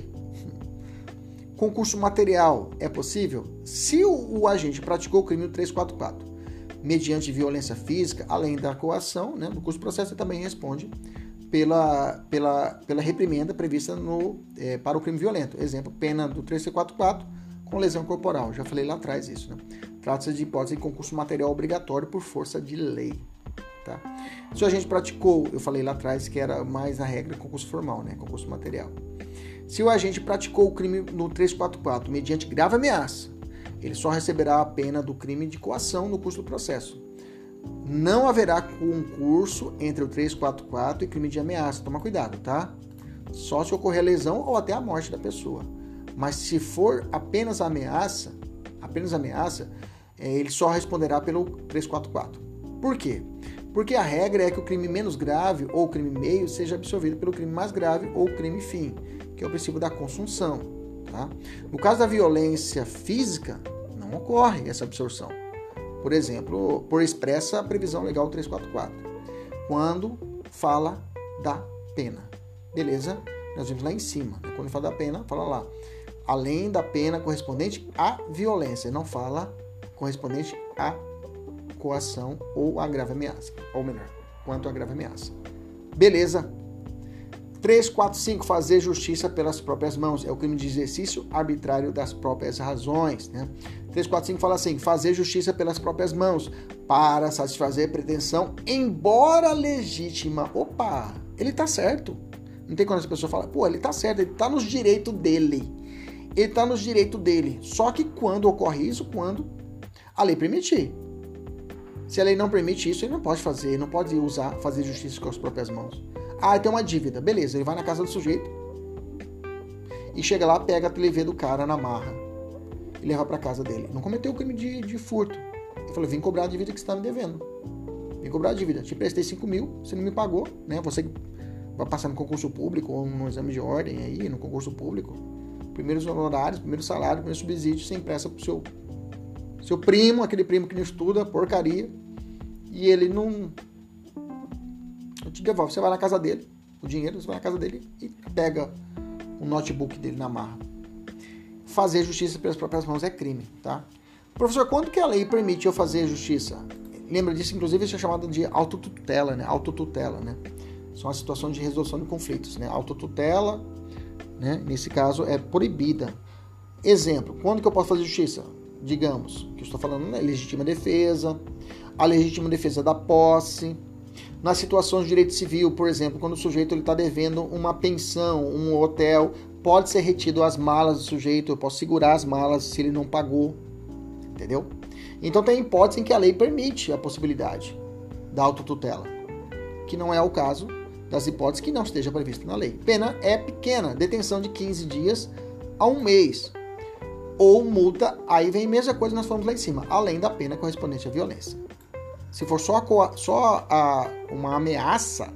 Concurso material é possível se o, o agente praticou o crime no trezentos e quarenta e quatro, mediante violência física, além da coação, né? No curso do processo ele também responde pela, pela, pela reprimenda prevista no, é, para o crime violento. Exemplo, pena do trezentos e quarenta e quatro com lesão corporal. Já falei lá atrás isso, né? Trata-se de hipótese de concurso material obrigatório por força de lei. Tá? Se o agente praticou, eu falei lá atrás que era mais a regra concurso formal, né? Concurso material. Se o agente praticou o crime no trezentos e quarenta e quatro mediante grave ameaça, ele só receberá a pena do crime de coação no curso do processo. Não haverá concurso entre o trezentos e quarenta e quatro e crime de ameaça. Toma cuidado, tá? Só se ocorrer a lesão ou até a morte da pessoa. Mas se for apenas ameaça, apenas ameaça, ele só responderá pelo trezentos e quarenta e quatro. Por quê? Porque a regra é que o crime menos grave ou o crime meio seja absorvido pelo crime mais grave ou o crime fim, que é o princípio da consunção. Tá? No caso da violência física, não ocorre essa absorção. Por exemplo, por expressa previsão legal trezentos e quarenta e quatro, quando fala da pena. Beleza? Nós vimos lá em cima. Né? Quando fala da pena, fala lá. Além da pena correspondente à violência, não fala correspondente à coação ou à grave ameaça. Ou melhor, quanto à grave ameaça. Beleza? três, quatro, cinco. Fazer justiça pelas próprias mãos. É o crime de exercício arbitrário das próprias razões. Né? três, quatro, cinco fala assim. Fazer justiça pelas próprias mãos para satisfazer pretensão, embora legítima. Opa, ele tá certo. Não tem quando as pessoas falam, pô, ele tá certo, ele tá nos direitos dele. Ele tá nos direitos dele. Só que quando ocorre isso? Quando a lei permitir. Se a lei não permite isso, ele não pode fazer, ele não pode usar, fazer justiça com as próprias mãos. Ah, tem uma dívida. Beleza, ele vai na casa do sujeito e chega lá, pega a T V do cara na marra e leva pra casa dele. Não cometeu o crime de, de furto. Ele falou, vim cobrar a dívida que você tá me devendo. Vim cobrar a dívida. Te prestei cinco mil, você não me pagou, né? Você vai passar no concurso público ou no exame de ordem aí, no concurso público. Primeiros honorários, primeiro salário, primeiro subsídio, você empresta pro seu, seu primo, aquele primo que não estuda, porcaria, e ele não te devolve. Você vai na casa dele, o dinheiro, você vai na casa dele e pega o notebook dele na marra. Fazer justiça pelas próprias mãos é crime, tá? Professor, quando que a lei permite eu fazer justiça? Lembra disso, inclusive, isso é chamado de autotutela, né? Autotutela, né? São as situações de resolução de conflitos, né? Autotutela, né? Nesse caso, é proibida. Exemplo, quando que eu posso fazer justiça? Digamos, que eu estou falando, né? Legítima defesa, a legítima defesa da posse. Nas situações de direito civil, por exemplo, quando o sujeito está devendo uma pensão, um hotel, pode ser retido as malas do sujeito, eu posso segurar as malas se ele não pagou, entendeu? Então tem hipótese em que a lei permite a possibilidade da autotutela, que não é o caso das hipóteses que não esteja prevista na lei. Pena é pequena, detenção de quinze dias a um mês, ou multa, aí vem a mesma coisa que nós falamos lá em cima, além da pena correspondente à violência. Se for só, a, só a, uma ameaça,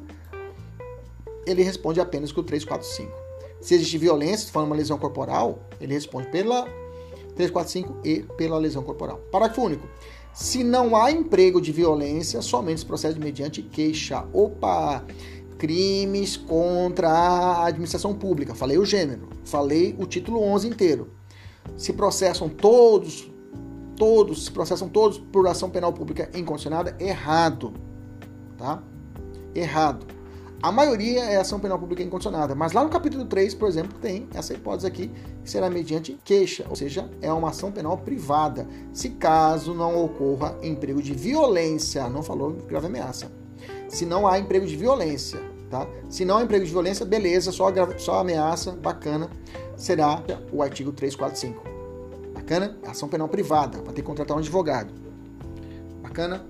ele responde apenas com o trezentos e quarenta e cinco. Se existe violência, se for uma lesão corporal, ele responde pela, trezentos e quarenta e cinco e pela lesão corporal. Parágrafo único. Se não há emprego de violência, somente se procede mediante queixa. Opa! Crimes contra a administração pública. Falei o gênero. Falei o título onze inteiro. Se processam todos, todos, se processam todos por ação penal pública incondicionada, errado. Tá? Errado. A maioria é ação penal pública incondicionada, mas lá no capítulo três, por exemplo, tem essa hipótese aqui, que será mediante queixa, ou seja, é uma ação penal privada, se caso não ocorra emprego de violência, não falou grave ameaça, se não há emprego de violência, tá? Se não há emprego de violência, beleza, só, só ameaça, bacana, será o artigo trezentos e quarenta e cinco. Bacana? Ação penal privada, vai ter que contratar um advogado. Bacana?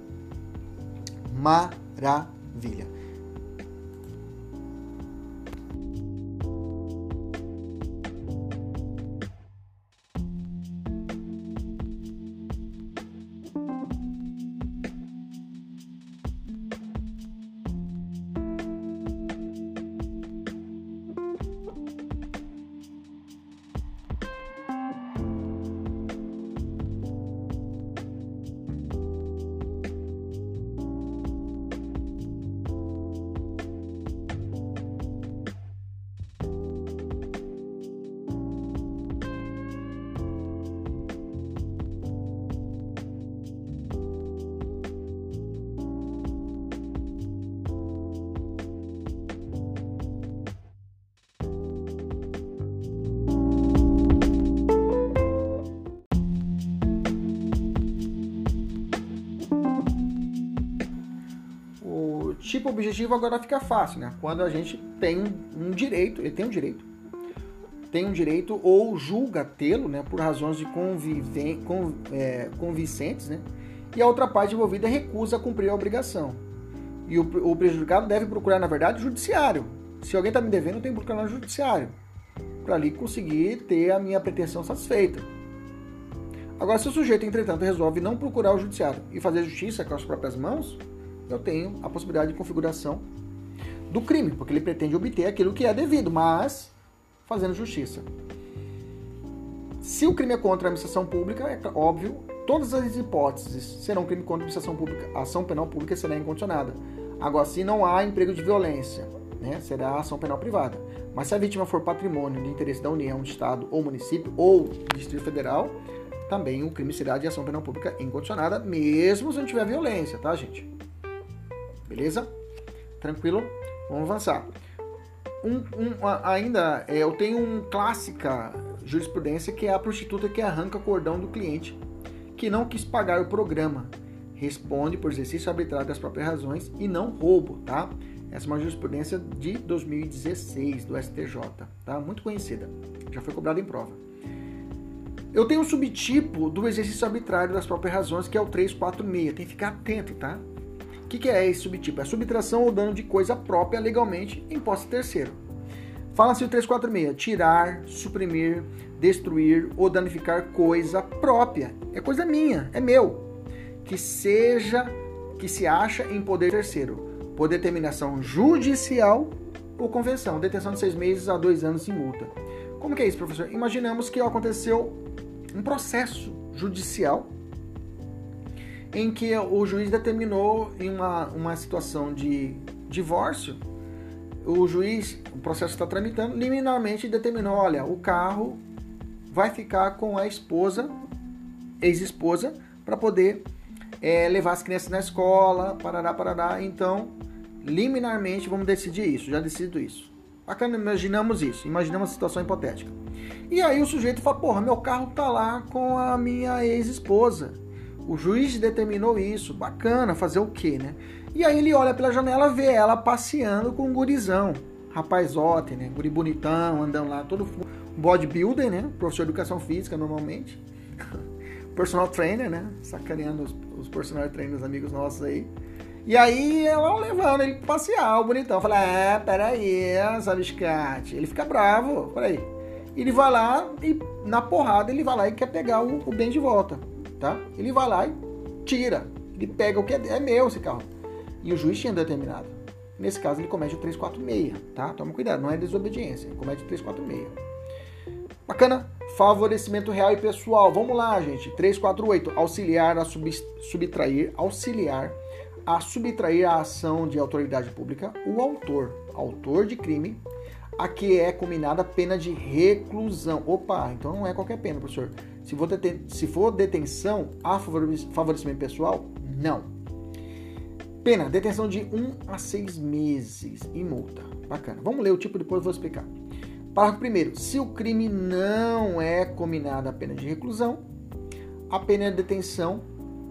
Maravilha. Tipo objetivo agora fica fácil, né? Quando a gente tem um direito, ele tem um direito, tem um direito ou julga tê-lo, né? Por razões de conviven, conv, é, convincentes, né? E a outra parte envolvida recusa a cumprir a obrigação. E o, o prejudicado deve procurar, na verdade, o judiciário. Se alguém está me devendo, eu tenho que procurar no judiciário para ali conseguir ter a minha pretensão satisfeita. Agora, se o sujeito, entretanto, resolve não procurar o judiciário e fazer justiça com as próprias mãos, eu tenho a possibilidade de configuração do crime, porque ele pretende obter aquilo que é devido, mas fazendo justiça. Se o crime é contra a administração pública, é óbvio, todas as hipóteses serão crime contra a administração pública, a ação penal pública será incondicionada. Agora, se não há emprego de violência, né, será a ação penal privada. Mas se a vítima for patrimônio de interesse da União, do Estado ou município ou Distrito Federal, também o crime será de ação penal pública incondicionada, mesmo se não tiver violência, tá, gente? Beleza? Tranquilo? Vamos avançar. Um, um, ainda, é, eu tenho uma clássica jurisprudência que é a prostituta que arranca o cordão do cliente que não quis pagar o programa. Responde por exercício arbitrário das próprias razões e não roubo, tá? Essa é uma jurisprudência de dois mil e dezesseis do S T J, tá? Muito conhecida. Já foi cobrada em prova. Eu tenho um subtipo do exercício arbitrário das próprias razões, que é o trezentos e quarenta e seis. Tem que ficar atento, tá? O que, que é esse subtipo? É a subtração ou dano de coisa própria legalmente em posse de terceiro. Fala-se o trezentos e quarenta e seis. Tirar, suprimir, destruir ou danificar coisa própria. É coisa minha, é meu. Que seja, que se acha em poder terceiro. Por determinação judicial ou convenção. Detenção de seis meses a dois anos sem multa. Como que é isso, professor? Imaginamos que aconteceu um processo judicial em que o juiz determinou em uma, uma situação de divórcio, o juiz, o processo está tramitando, liminarmente determinou, olha, o carro vai ficar com a esposa, ex-esposa, para poder é, levar as crianças na escola, parará, parará. Então, liminarmente, vamos decidir isso, já decido isso. Bacana, imaginamos isso, imaginamos a situação hipotética. E aí o sujeito fala, porra, meu carro tá lá com a minha ex-esposa. O juiz determinou isso, bacana, fazer o quê, né? E aí ele olha pela janela, vê ela passeando com um gurizão, rapazote, né? Guri bonitão, andando lá, todo bodybuilder, né? Professor de educação física, normalmente. Personal trainer, né? Sacaneando os, os personal trainers, amigos nossos aí. E aí ela levando ele pra passear, o bonitão. Fala, é, peraí, sabe, escate. Ele fica bravo, peraí. Ele vai lá e, na porrada, ele vai lá e quer pegar o, o bem de volta. Tá? Ele vai lá e tira. Ele pega o que é, é meu esse carro. E o juiz tinha determinado. Nesse caso, ele comete o trezentos e quarenta e seis. Tá? Toma cuidado, não é desobediência. Ele comete o trezentos e quarenta e seis. Bacana? Favorecimento real e pessoal. Vamos lá, gente. trezentos e quarenta e oito. Auxiliar a sub, subtrair, auxiliar a subtrair a ação de autoridade pública, o autor, autor de crime, a que é combinada pena de reclusão. Opa, então não é qualquer pena, professor. Se for, deten- se for detenção, há favorecimento pessoal? Não. Pena, detenção de um a seis meses e multa. Bacana. Vamos ler o tipo, depois eu vou explicar. Parágrafo primeiro. Se o crime não é combinada a pena de reclusão, a pena é detenção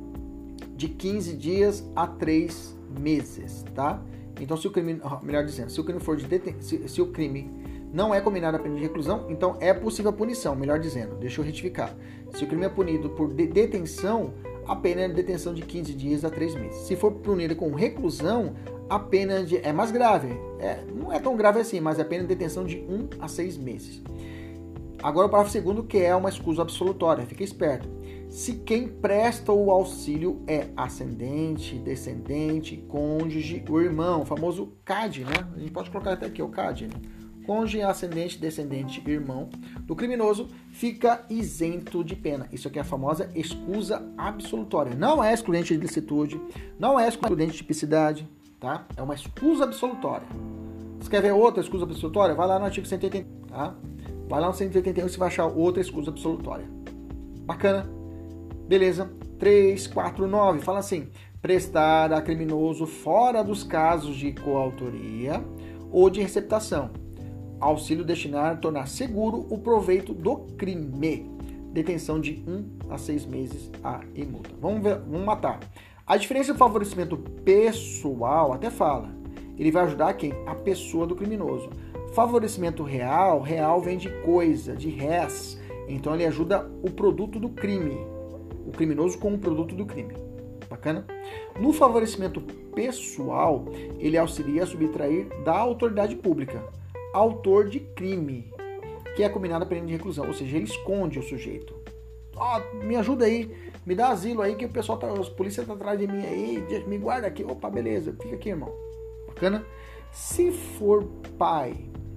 de quinze dias a três meses, tá? Então, se o crime, melhor dizendo, se o crime for de deten... se, se o crime não é combinado a pena de reclusão, então é possível a punição, melhor dizendo. Deixa eu retificar. Se o crime é punido por de- detenção, a pena é detenção de quinze dias a três meses. Se for punido com reclusão, a pena de... é mais grave. É, não é tão grave assim, mas a pena é detenção de um a seis meses. Agora o parágrafo segundo, que é uma escusa absolutória. Fica esperto. Se quem presta o auxílio é ascendente, descendente, cônjuge, o irmão, o famoso C A D, né? A gente pode colocar até aqui, o C A D, né? Cônjuge, ascendente, descendente, irmão do criminoso, fica isento de pena. Isso aqui é a famosa escusa absolutória. Não é excludente de licitude, não é excludente de tipicidade, tá? É uma escusa absolutória. Você quer ver outra escusa absolutória? Vai lá no artigo cento e oitenta, tá? Vai lá no cento e oitenta e um e você vai achar outra escusa absolutória. Bacana? Beleza? trezentos e quarenta e nove fala assim: prestar a criminoso fora dos casos de coautoria ou de receptação. Auxílio destinado a tornar seguro o proveito do crime. Detenção de um a seis meses a e multa. Vamos ver, vamos matar. A diferença do favorecimento pessoal, até fala, ele vai ajudar quem? A pessoa do criminoso. Favorecimento real, real vem de coisa, de res. Então ele ajuda o produto do crime. O criminoso com o produto do crime. Bacana? No favorecimento pessoal, ele auxilia a subtrair da autoridade pública, autor de crime, que é combinado a pena de reclusão. Ou seja, ele esconde o sujeito. Ó, oh, me ajuda aí, me dá asilo aí que o pessoal, tá, a polícia tá atrás de mim aí, me guarda aqui. Opa, beleza, fica aqui, irmão. Bacana? Se for pai,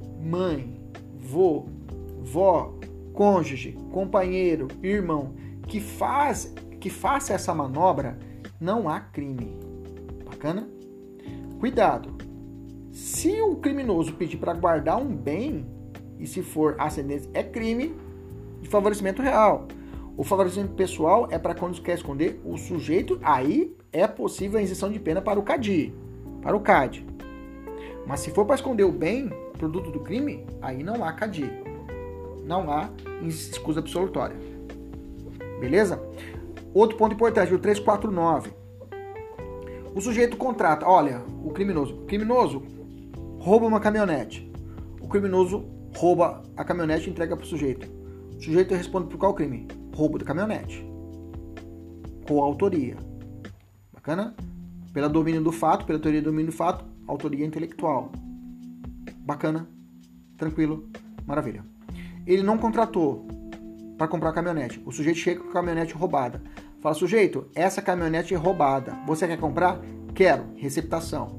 mãe, vô, vó, cônjuge, companheiro, irmão, que faz, que faça essa manobra, não há crime. Bacana? Cuidado. Se o criminoso pedir para guardar um bem, e se for ascendente, é crime de favorecimento real. O favorecimento pessoal é para quando quer esconder o sujeito, aí é possível a isenção de pena para o C A D, para o C A D. Mas se for para esconder o bem, produto do crime, aí não há C A D. Não há escusa absolutória. Beleza? Outro ponto importante, o trezentos e quarenta e nove. O sujeito contrata, olha, o criminoso. O criminoso rouba uma caminhonete. O criminoso rouba a caminhonete e entrega para o sujeito. O sujeito responde por qual crime? Roubo da caminhonete. Coautoria. Bacana? Pela domínio do fato, pela teoria do domínio do fato, autoria intelectual. Bacana? Tranquilo? Maravilha. Ele não contratou para comprar a caminhonete. O sujeito chega com a caminhonete roubada. Fala, sujeito, essa caminhonete é roubada. Você quer comprar? Quero. Receptação.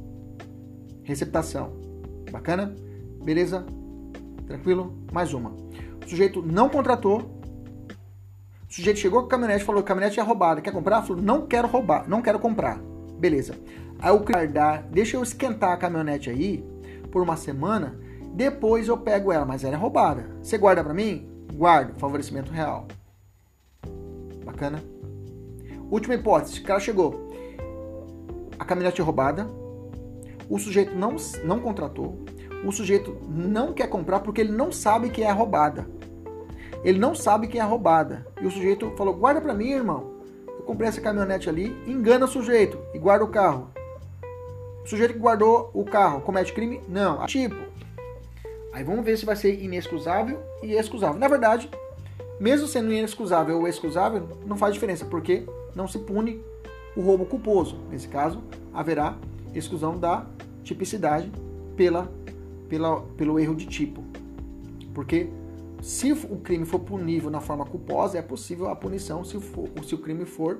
Receptação. Bacana? Beleza? Tranquilo? Mais uma. O sujeito não contratou. O sujeito chegou com a caminhonete e falou que a caminhonete é roubada. Quer comprar? Falou, não quero roubar. Não quero comprar. Beleza. Aí o guardar, deixa eu esquentar a caminhonete aí por uma semana. Depois eu pego ela, mas ela é roubada. Você guarda pra mim? Guardo. Favorecimento real. Bacana? Última hipótese. O cara chegou. A caminhonete é roubada. O sujeito não, não contratou. O sujeito não quer comprar porque ele não sabe que é roubada. Ele não sabe que é roubada. E o sujeito falou, guarda pra mim, irmão. Eu comprei essa caminhonete ali. Engana o sujeito e guarda o carro. O sujeito que guardou o carro comete crime? Não. Tipo. Aí vamos ver se vai ser inexcusável e excusável. Na verdade, mesmo sendo inexcusável ou excusável, não faz diferença, porque não se pune o roubo culposo. Nesse caso, haverá exclusão da tipicidade pela, pela, pelo erro de tipo. Porque se o crime for punível na forma culposa, é possível a punição se, for, se o crime for,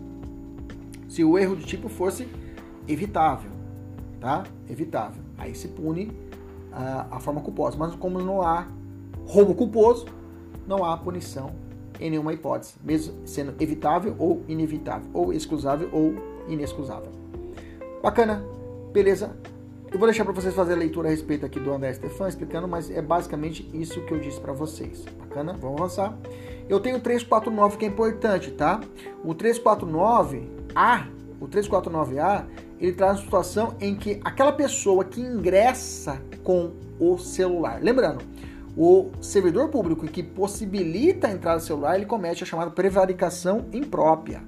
se o erro de tipo fosse evitável, tá? Evitável. Aí se pune a, a forma culposa. Mas como não há roubo culposo, não há punição em nenhuma hipótese, mesmo sendo evitável ou inevitável, ou excusável ou inexcusável. Bacana? Beleza? Eu vou deixar para vocês fazer a leitura a respeito aqui do André Stefan explicando, mas é basicamente isso que eu disse para vocês. Bacana? Vamos avançar. Eu tenho o trezentos e quarenta e nove que é importante, tá? O trezentos e quarenta e nove A, o trezentos e quarenta e nove A, ele traz uma situação em que aquela pessoa que ingressa com o celular, lembrando, o servidor público que possibilita a entrada do celular, ele comete a chamada prevaricação imprópria.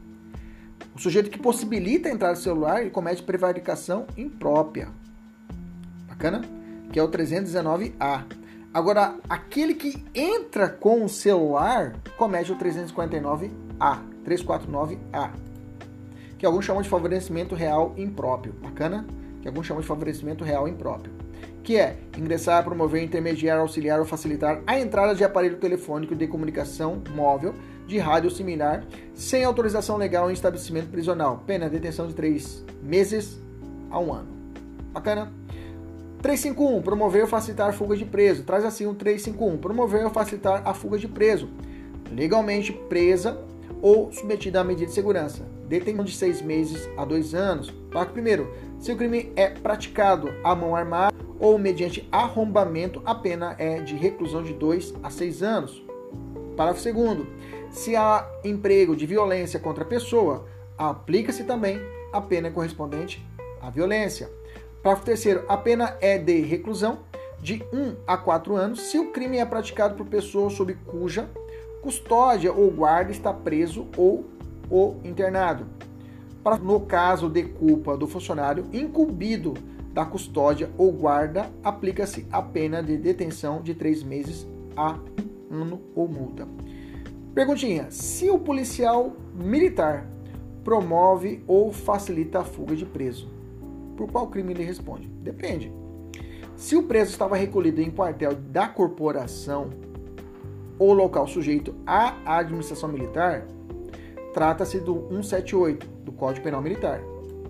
O sujeito que possibilita a entrada do celular, ele comete prevaricação imprópria. Bacana? Que é o trezentos e dezenove A. Agora, aquele que entra com o celular, comete o trezentos e quarenta e nove A. trezentos e quarenta e nove A. Que alguns chamam de favorecimento real impróprio. Bacana? Que alguns chamam de favorecimento real impróprio. Que é ingressar, promover, intermediar, auxiliar ou facilitar a entrada de aparelho telefônico de comunicação móvel, de rádio similar, sem autorização legal em estabelecimento prisional. Pena, detenção de três meses a um ano. Bacana? trezentos e cinquenta e um, promover ou facilitar a fuga de preso. Traz assim o trezentos e cinquenta e um, promover ou facilitar a fuga de preso, legalmente presa ou submetida à medida de segurança. Detenção de seis meses a dois anos. Parágrafo primeiro. Se o crime é praticado à mão armada ou mediante arrombamento, a pena é de reclusão de dois a seis anos. Parágrafo segundo. Se há emprego de violência contra a pessoa, aplica-se também a pena correspondente à violência. Parágrafo terceiro. A pena é de reclusão de um a quatro anos se o crime é praticado por pessoa sob cuja custódia ou guarda está preso ou o internado. No caso de culpa do funcionário incumbido da custódia ou guarda, aplica-se a pena de detenção de três meses a um ano ou multa. Perguntinha: se o policial militar promove ou facilita a fuga de preso, por qual crime ele responde? Depende. Se o preso estava recolhido em quartel da corporação ou local sujeito à administração militar, trata-se do cento e setenta e oito do Código Penal Militar.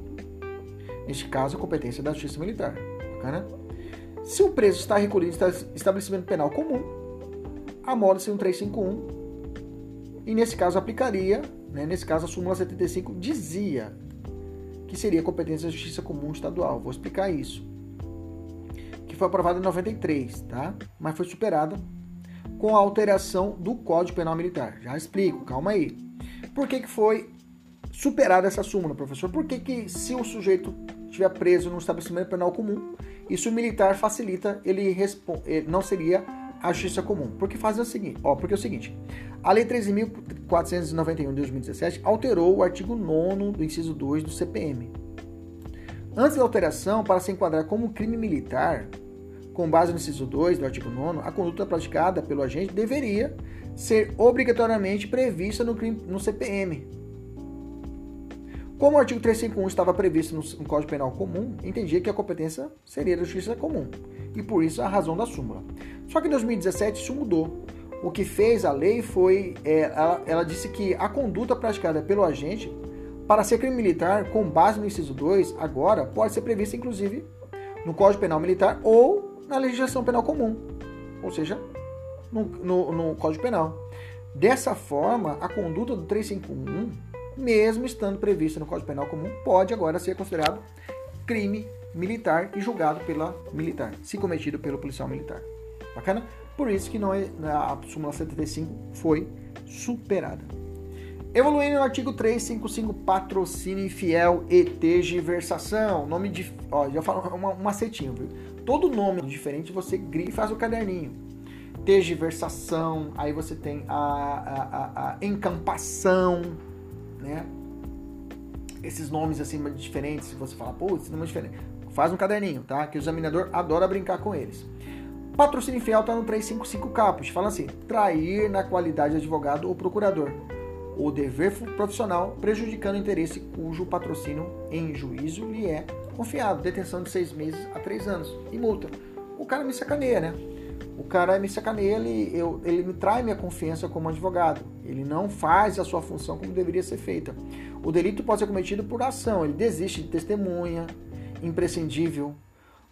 Neste caso, a competência da Justiça Militar. Bacana? Se o preso está recolhido em estabelecimento penal comum, a moda-se um trezentos e cinquenta e um e nesse caso aplicaria, né, nesse caso a súmula setenta e cinco dizia que seria competência da Justiça Comum Estadual. Vou explicar isso. Que foi aprovada em noventa e três, tá? Mas foi superada com a alteração do Código Penal Militar. Já explico, calma aí. Por que que foi superada essa súmula, professor? Por que que se o sujeito estiver preso num estabelecimento penal comum, isso o militar facilita, ele, responde, ele não seria a Justiça Comum? Porque faz o seguinte, ó, porque é o seguinte, a Lei treze mil quatrocentos e noventa e um de dois mil e dezessete alterou o artigo nono do inciso dois do C P M. Antes da alteração, para se enquadrar como crime militar, com base no inciso dois do artigo nono, a conduta praticada pelo agente deveria ser obrigatoriamente prevista no, crime, no C P M. Como o artigo trezentos e cinquenta e um estava previsto no, no Código Penal Comum, entendia que a competência seria da Justiça Comum, e por isso a razão da súmula. Só que em dois mil e dezessete isso mudou. O que fez a lei foi, é, ela, ela disse que a conduta praticada pelo agente, para ser crime militar, com base no inciso dois, agora pode ser prevista inclusive no Código Penal Militar ou na legislação penal comum, ou seja, no, no, no Código Penal. Dessa forma, a conduta do trezentos e cinquenta e um, mesmo estando prevista no Código Penal Comum, pode agora ser considerado crime militar e julgado pela militar, se cometido pelo policial militar. Bacana? Por isso que não é, a súmula setenta e cinco foi superada. Evoluindo no artigo trezentos e cinquenta e cinco, patrocínio infiel e tergiversação. Nome de... Ó, já falo um macetinho, viu? Todo nome diferente você grifa e faz o caderninho. Tergiversação, aí você tem a, a, a, a encampação, né? Esses nomes assim diferentes, se você fala, pô, esse nome é diferente. Faz um caderninho, tá? Que o examinador adora brincar com eles. Patrocínio infiel está no trezentos e cinquenta e cinco caput. Fala assim, trair na qualidade de advogado ou procurador o dever profissional prejudicando o interesse cujo patrocínio em juízo lhe é confiado. Detenção de seis meses a três anos e multa. O cara me sacaneia, né? O cara me sacaneia, ele, eu, ele me trai minha confiança como advogado. Ele não faz a sua função como deveria ser feita. O delito pode ser cometido por ação. Ele desiste de testemunha, imprescindível,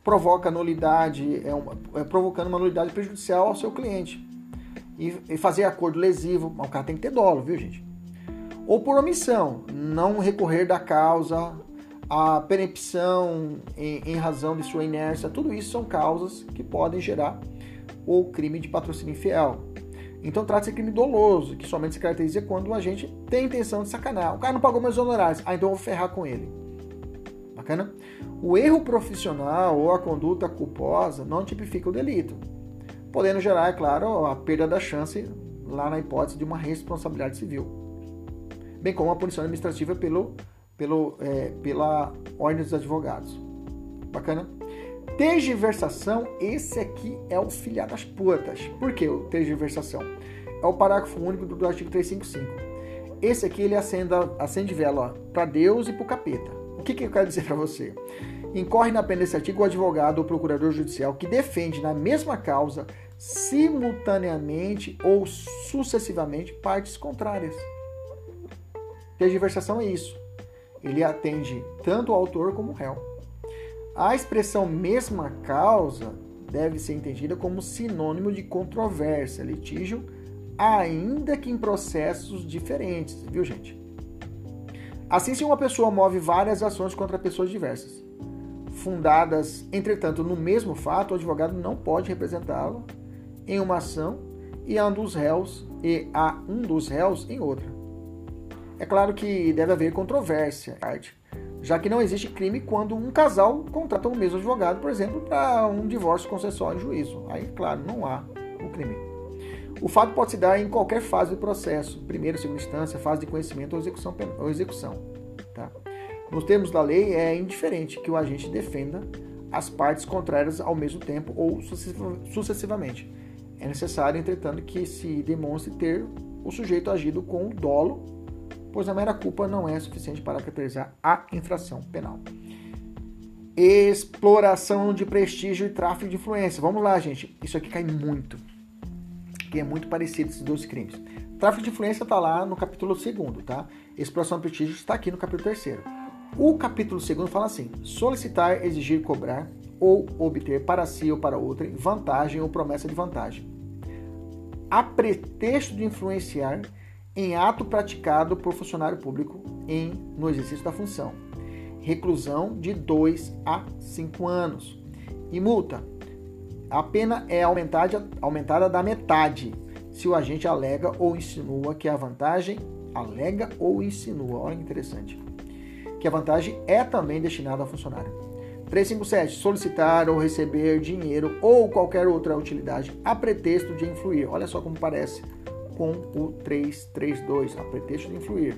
provoca nulidade, é uma, é provocando uma nulidade prejudicial ao seu cliente. E, e fazer acordo lesivo, o cara tem que ter dolo, viu, gente? Ou por omissão, não recorrer da causa, a perempção em, em razão de sua inércia, tudo isso são causas que podem gerar o crime de patrocínio infiel. Então trata-se de crime doloso, que somente se caracteriza quando o agente tem a intenção de sacanar. O cara não pagou meus honorários, ah, então eu vou ferrar com ele. Bacana? O erro profissional ou a conduta culposa não tipifica o delito, podendo gerar, é claro, a perda da chance lá na hipótese de uma responsabilidade civil, bem como a punição administrativa pelo, pelo, é, pela ordem dos advogados. Bacana? Tergiversação, esse aqui é o filha das putas. Por que o tergiversação? É o parágrafo único do artigo trezentos e cinquenta e cinco. Esse aqui ele acende, acende vela para Deus e para o capeta. O que, que eu quero dizer para você? Incorre na pena desse artigo o advogado ou procurador judicial que defende na mesma causa, simultaneamente ou sucessivamente, partes contrárias. Tergiversação é isso. Ele atende tanto o autor como o réu. A expressão mesma causa deve ser entendida como sinônimo de controvérsia, litígio, ainda que em processos diferentes, viu, gente? Assim, se uma pessoa move várias ações contra pessoas diversas, fundadas, entretanto, no mesmo fato, o advogado não pode representá-lo em uma ação e a um dos réus e a um dos réus em outra. É claro que deve haver controvérsia, já que não existe crime quando um casal contrata o mesmo advogado, por exemplo, para um divórcio consensual em juízo. Aí, claro, não há o crime. O fato pode se dar em qualquer fase do processo, primeira, segunda instância, fase de conhecimento ou execução. Ou execução tá? Nos termos da lei, é indiferente que o agente defenda as partes contrárias ao mesmo tempo ou sucessivamente. É necessário, entretanto, que se demonstre ter o sujeito agido com dolo, pois a mera culpa não é suficiente para caracterizar a infração penal. Exploração de prestígio e tráfico de influência. Vamos lá, gente. Isso aqui cai muito. Que é muito parecido esses dois crimes. Tráfico de influência está lá no capítulo segundo, tá? Exploração de prestígio está aqui no capítulo terceiro. O capítulo segundo fala assim: solicitar, exigir, cobrar ou obter para si ou para outrem vantagem ou promessa de vantagem, a pretexto de influenciar em ato praticado por funcionário público em, no exercício da função. Reclusão de dois a cinco anos. E multa. A pena é aumentada, aumentada da metade se o agente alega ou insinua que a vantagem alega ou insinua. Olha que interessante. Que a vantagem é também destinada ao funcionário. trezentos e cinquenta e sete. Solicitar ou receber dinheiro ou qualquer outra utilidade a pretexto de influir. Olha só como parece com o trezentos e trinta e dois, a pretexto de influir.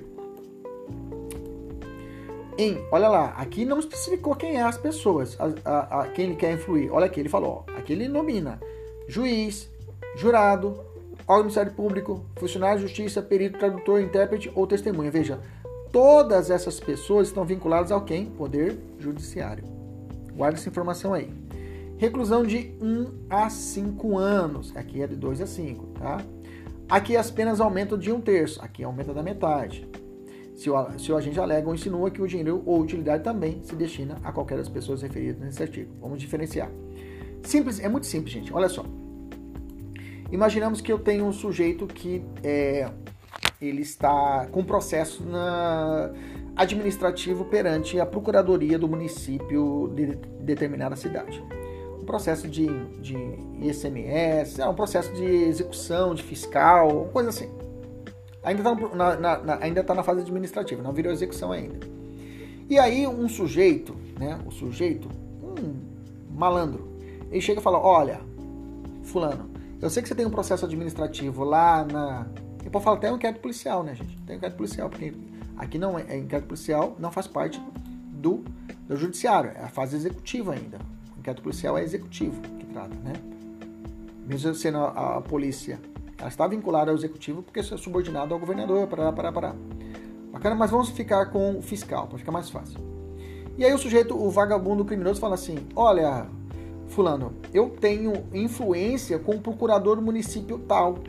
Em, olha lá, aqui não especificou quem é as pessoas, a, a, a, quem ele quer influir. Olha aqui, ele falou, ó, aqui ele nomina juiz, jurado, órgão do Ministério Público, funcionário de justiça, perito, tradutor, intérprete ou testemunha. Veja, todas essas pessoas estão vinculadas ao quem? Poder Judiciário. Guarda essa informação aí. Reclusão de um a cinco anos. Aqui é de dois a cinco, tá? Aqui as penas aumentam de um terço. Aqui aumenta da metade. Se o, se o agente alega ou insinua que o dinheiro ou utilidade também se destina a qualquer das pessoas referidas nesse artigo. Vamos diferenciar. Simples, é muito simples, gente. Olha só. Imaginamos que eu tenho um sujeito que é, ele está com processo na, administrativo perante a procuradoria do município de determinada cidade. Um processo de, de I C M S, é um processo de execução, de fiscal, coisa assim. Ainda está na, na, na, ainda tá na fase administrativa, não virou execução ainda. E aí um sujeito, né, o sujeito, um malandro, ele chega e fala, olha, fulano, eu sei que você tem um processo administrativo lá na... Eu posso falar até um inquérito policial, né, gente? Tem um inquérito policial, porque aqui não é, é inquérito policial, não faz parte do, do judiciário, é a fase executiva ainda. O inquérito policial é executivo que trata, né? Mesmo sendo a, a polícia, ela está vinculada ao executivo porque é subordinado ao governador, pará, pará, pará. Bacana, mas vamos ficar com o fiscal, para ficar mais fácil. E aí o sujeito, o vagabundo criminoso fala assim, olha, fulano, eu tenho influência com o procurador do município tal.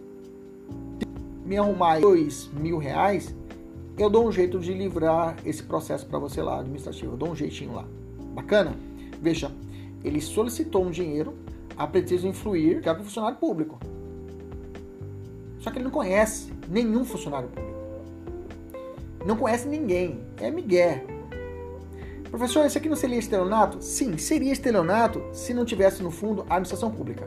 Me arrumar dois mil reais, eu dou um jeito de livrar esse processo para você lá, administrativo. Eu dou um jeitinho lá. Bacana? Veja, Ele solicitou um dinheiro a preciso influir que é para o funcionário público. Só que ele não conhece nenhum funcionário público. Não conhece ninguém. É migué. Professor, isso aqui não seria estelionato? Sim, seria estelionato se não tivesse no fundo a administração pública.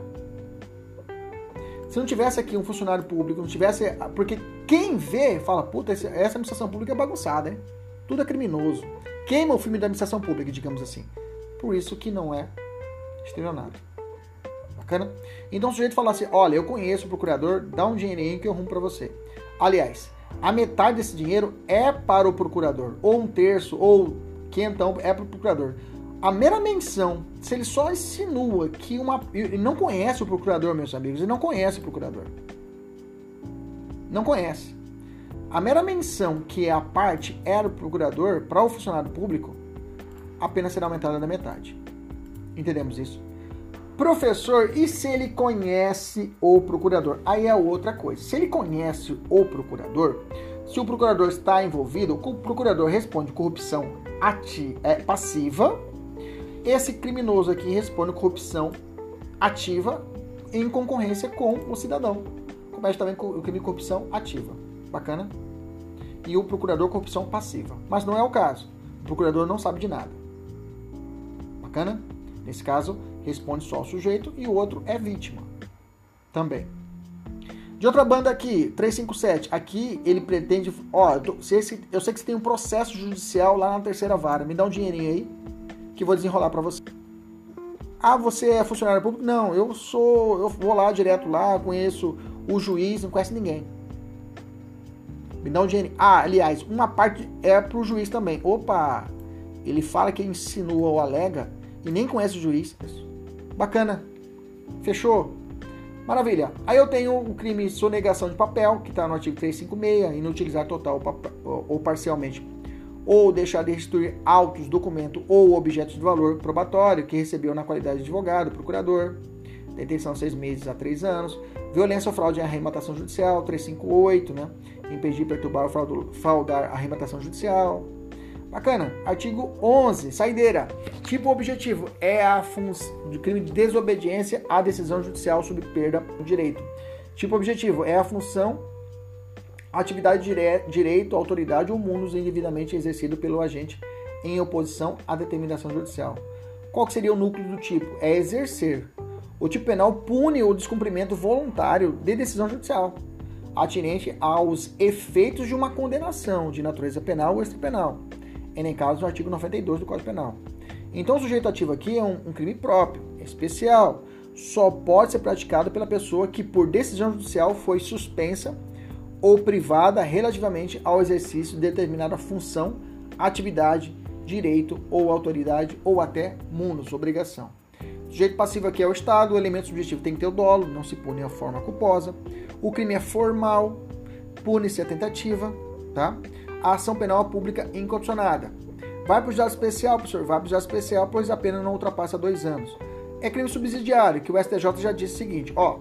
Se não tivesse aqui um funcionário público, não tivesse... Porque quem vê, fala, puta, essa administração pública é bagunçada, hein? Tudo é criminoso. Queima o filme da administração pública, digamos assim. Por isso que não é estelionato. Bacana? Então o sujeito fala assim, olha, eu conheço o procurador, dá um dinheirinho que eu arrumo pra você. Aliás, a metade desse dinheiro é para o procurador. Ou um terço, ou quentão é para o procurador. A mera menção, se ele só insinua que uma... Ele não conhece o procurador, meus amigos, ele não conhece o procurador. Não conhece. A mera menção que a parte era o procurador para o funcionário público apenas será aumentada da metade. Entendemos isso? Professor, e se ele conhece o procurador? Aí é outra coisa. Se ele conhece o procurador, se o procurador está envolvido, o procurador responde corrupção ativa, é, passiva. Esse criminoso aqui responde corrupção ativa em concorrência com o cidadão. Comete também o crime de corrupção ativa. Bacana? E o procurador corrupção passiva. Mas não é o caso. O procurador não sabe de nada. Bacana? Nesse caso, responde só o sujeito e o outro é vítima. Também. De outra banda aqui, trezentos e cinquenta e sete. Aqui ele pretende... Ó, eu sei que você tem um processo judicial lá na terceira vara. Me dá um dinheirinho aí que eu vou desenrolar para você. Ah, você é funcionário público? Não, eu sou... Eu vou lá direto lá, conheço o juiz, não conhece ninguém. Me dá um dinheirinho. Ah, aliás, uma parte é pro juiz também. Opa! Ele fala que insinua ou alega e nem conhece o juiz. Bacana. Fechou? Maravilha. Aí eu tenho o crime de sonegação de papel, que está no artigo trezentos e cinquenta e seis, inutilizar total ou parcialmente, ou deixar de restituir autos, documento ou objetos de valor probatório que recebeu na qualidade de advogado, procurador, detenção seis meses a três anos, violência ou fraude em arrematação judicial, trezentos e cinquenta e oito, né? Impedir, perturbar ou fraudar a arrematação judicial. Bacana. Artigo onze, saideira. Tipo objetivo é a função de crime de desobediência à decisão judicial sob perda do direito. Tipo objetivo é a função, atividade, dire... direito, autoridade ou munus indevidamente exercido pelo agente em oposição à determinação judicial. Qual que seria o núcleo do tipo? É exercer. O tipo penal pune o descumprimento voluntário de decisão judicial, atinente aos efeitos de uma condenação de natureza penal ou extrapenal, em caso do artigo noventa e dois do Código Penal. Então o sujeito ativo aqui é um, um crime próprio, especial, só pode ser praticado pela pessoa que por decisão judicial foi suspensa ou privada relativamente ao exercício de determinada função, atividade, direito ou autoridade ou até munus, obrigação. O sujeito passivo aqui é o Estado, o elemento subjetivo tem que ter o dolo, não se pune a forma culposa. O crime é formal, pune-se a tentativa, tá? A ação penal pública incondicionada. Vai para o juizado especial, professor? Vai para o juizado especial, pois a pena não ultrapassa dois anos. É crime subsidiário, que o S T J já disse o seguinte, ó,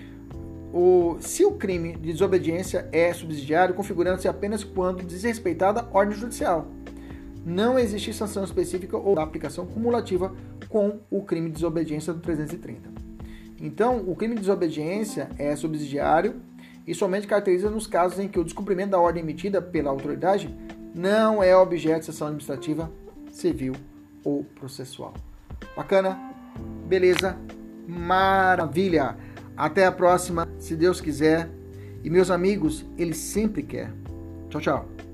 o, se o crime de desobediência é subsidiário, configurando-se apenas quando desrespeitada a ordem judicial. Não existe sanção específica ou aplicação cumulativa com o crime de desobediência do trezentos e trinta. Então, o crime de desobediência é subsidiário e somente caracteriza nos casos em que o descumprimento da ordem emitida pela autoridade não é objeto de sanção administrativa, civil ou processual. Bacana? Beleza? Maravilha! Até a próxima, se Deus quiser. E meus amigos, Ele sempre quer. Tchau, tchau.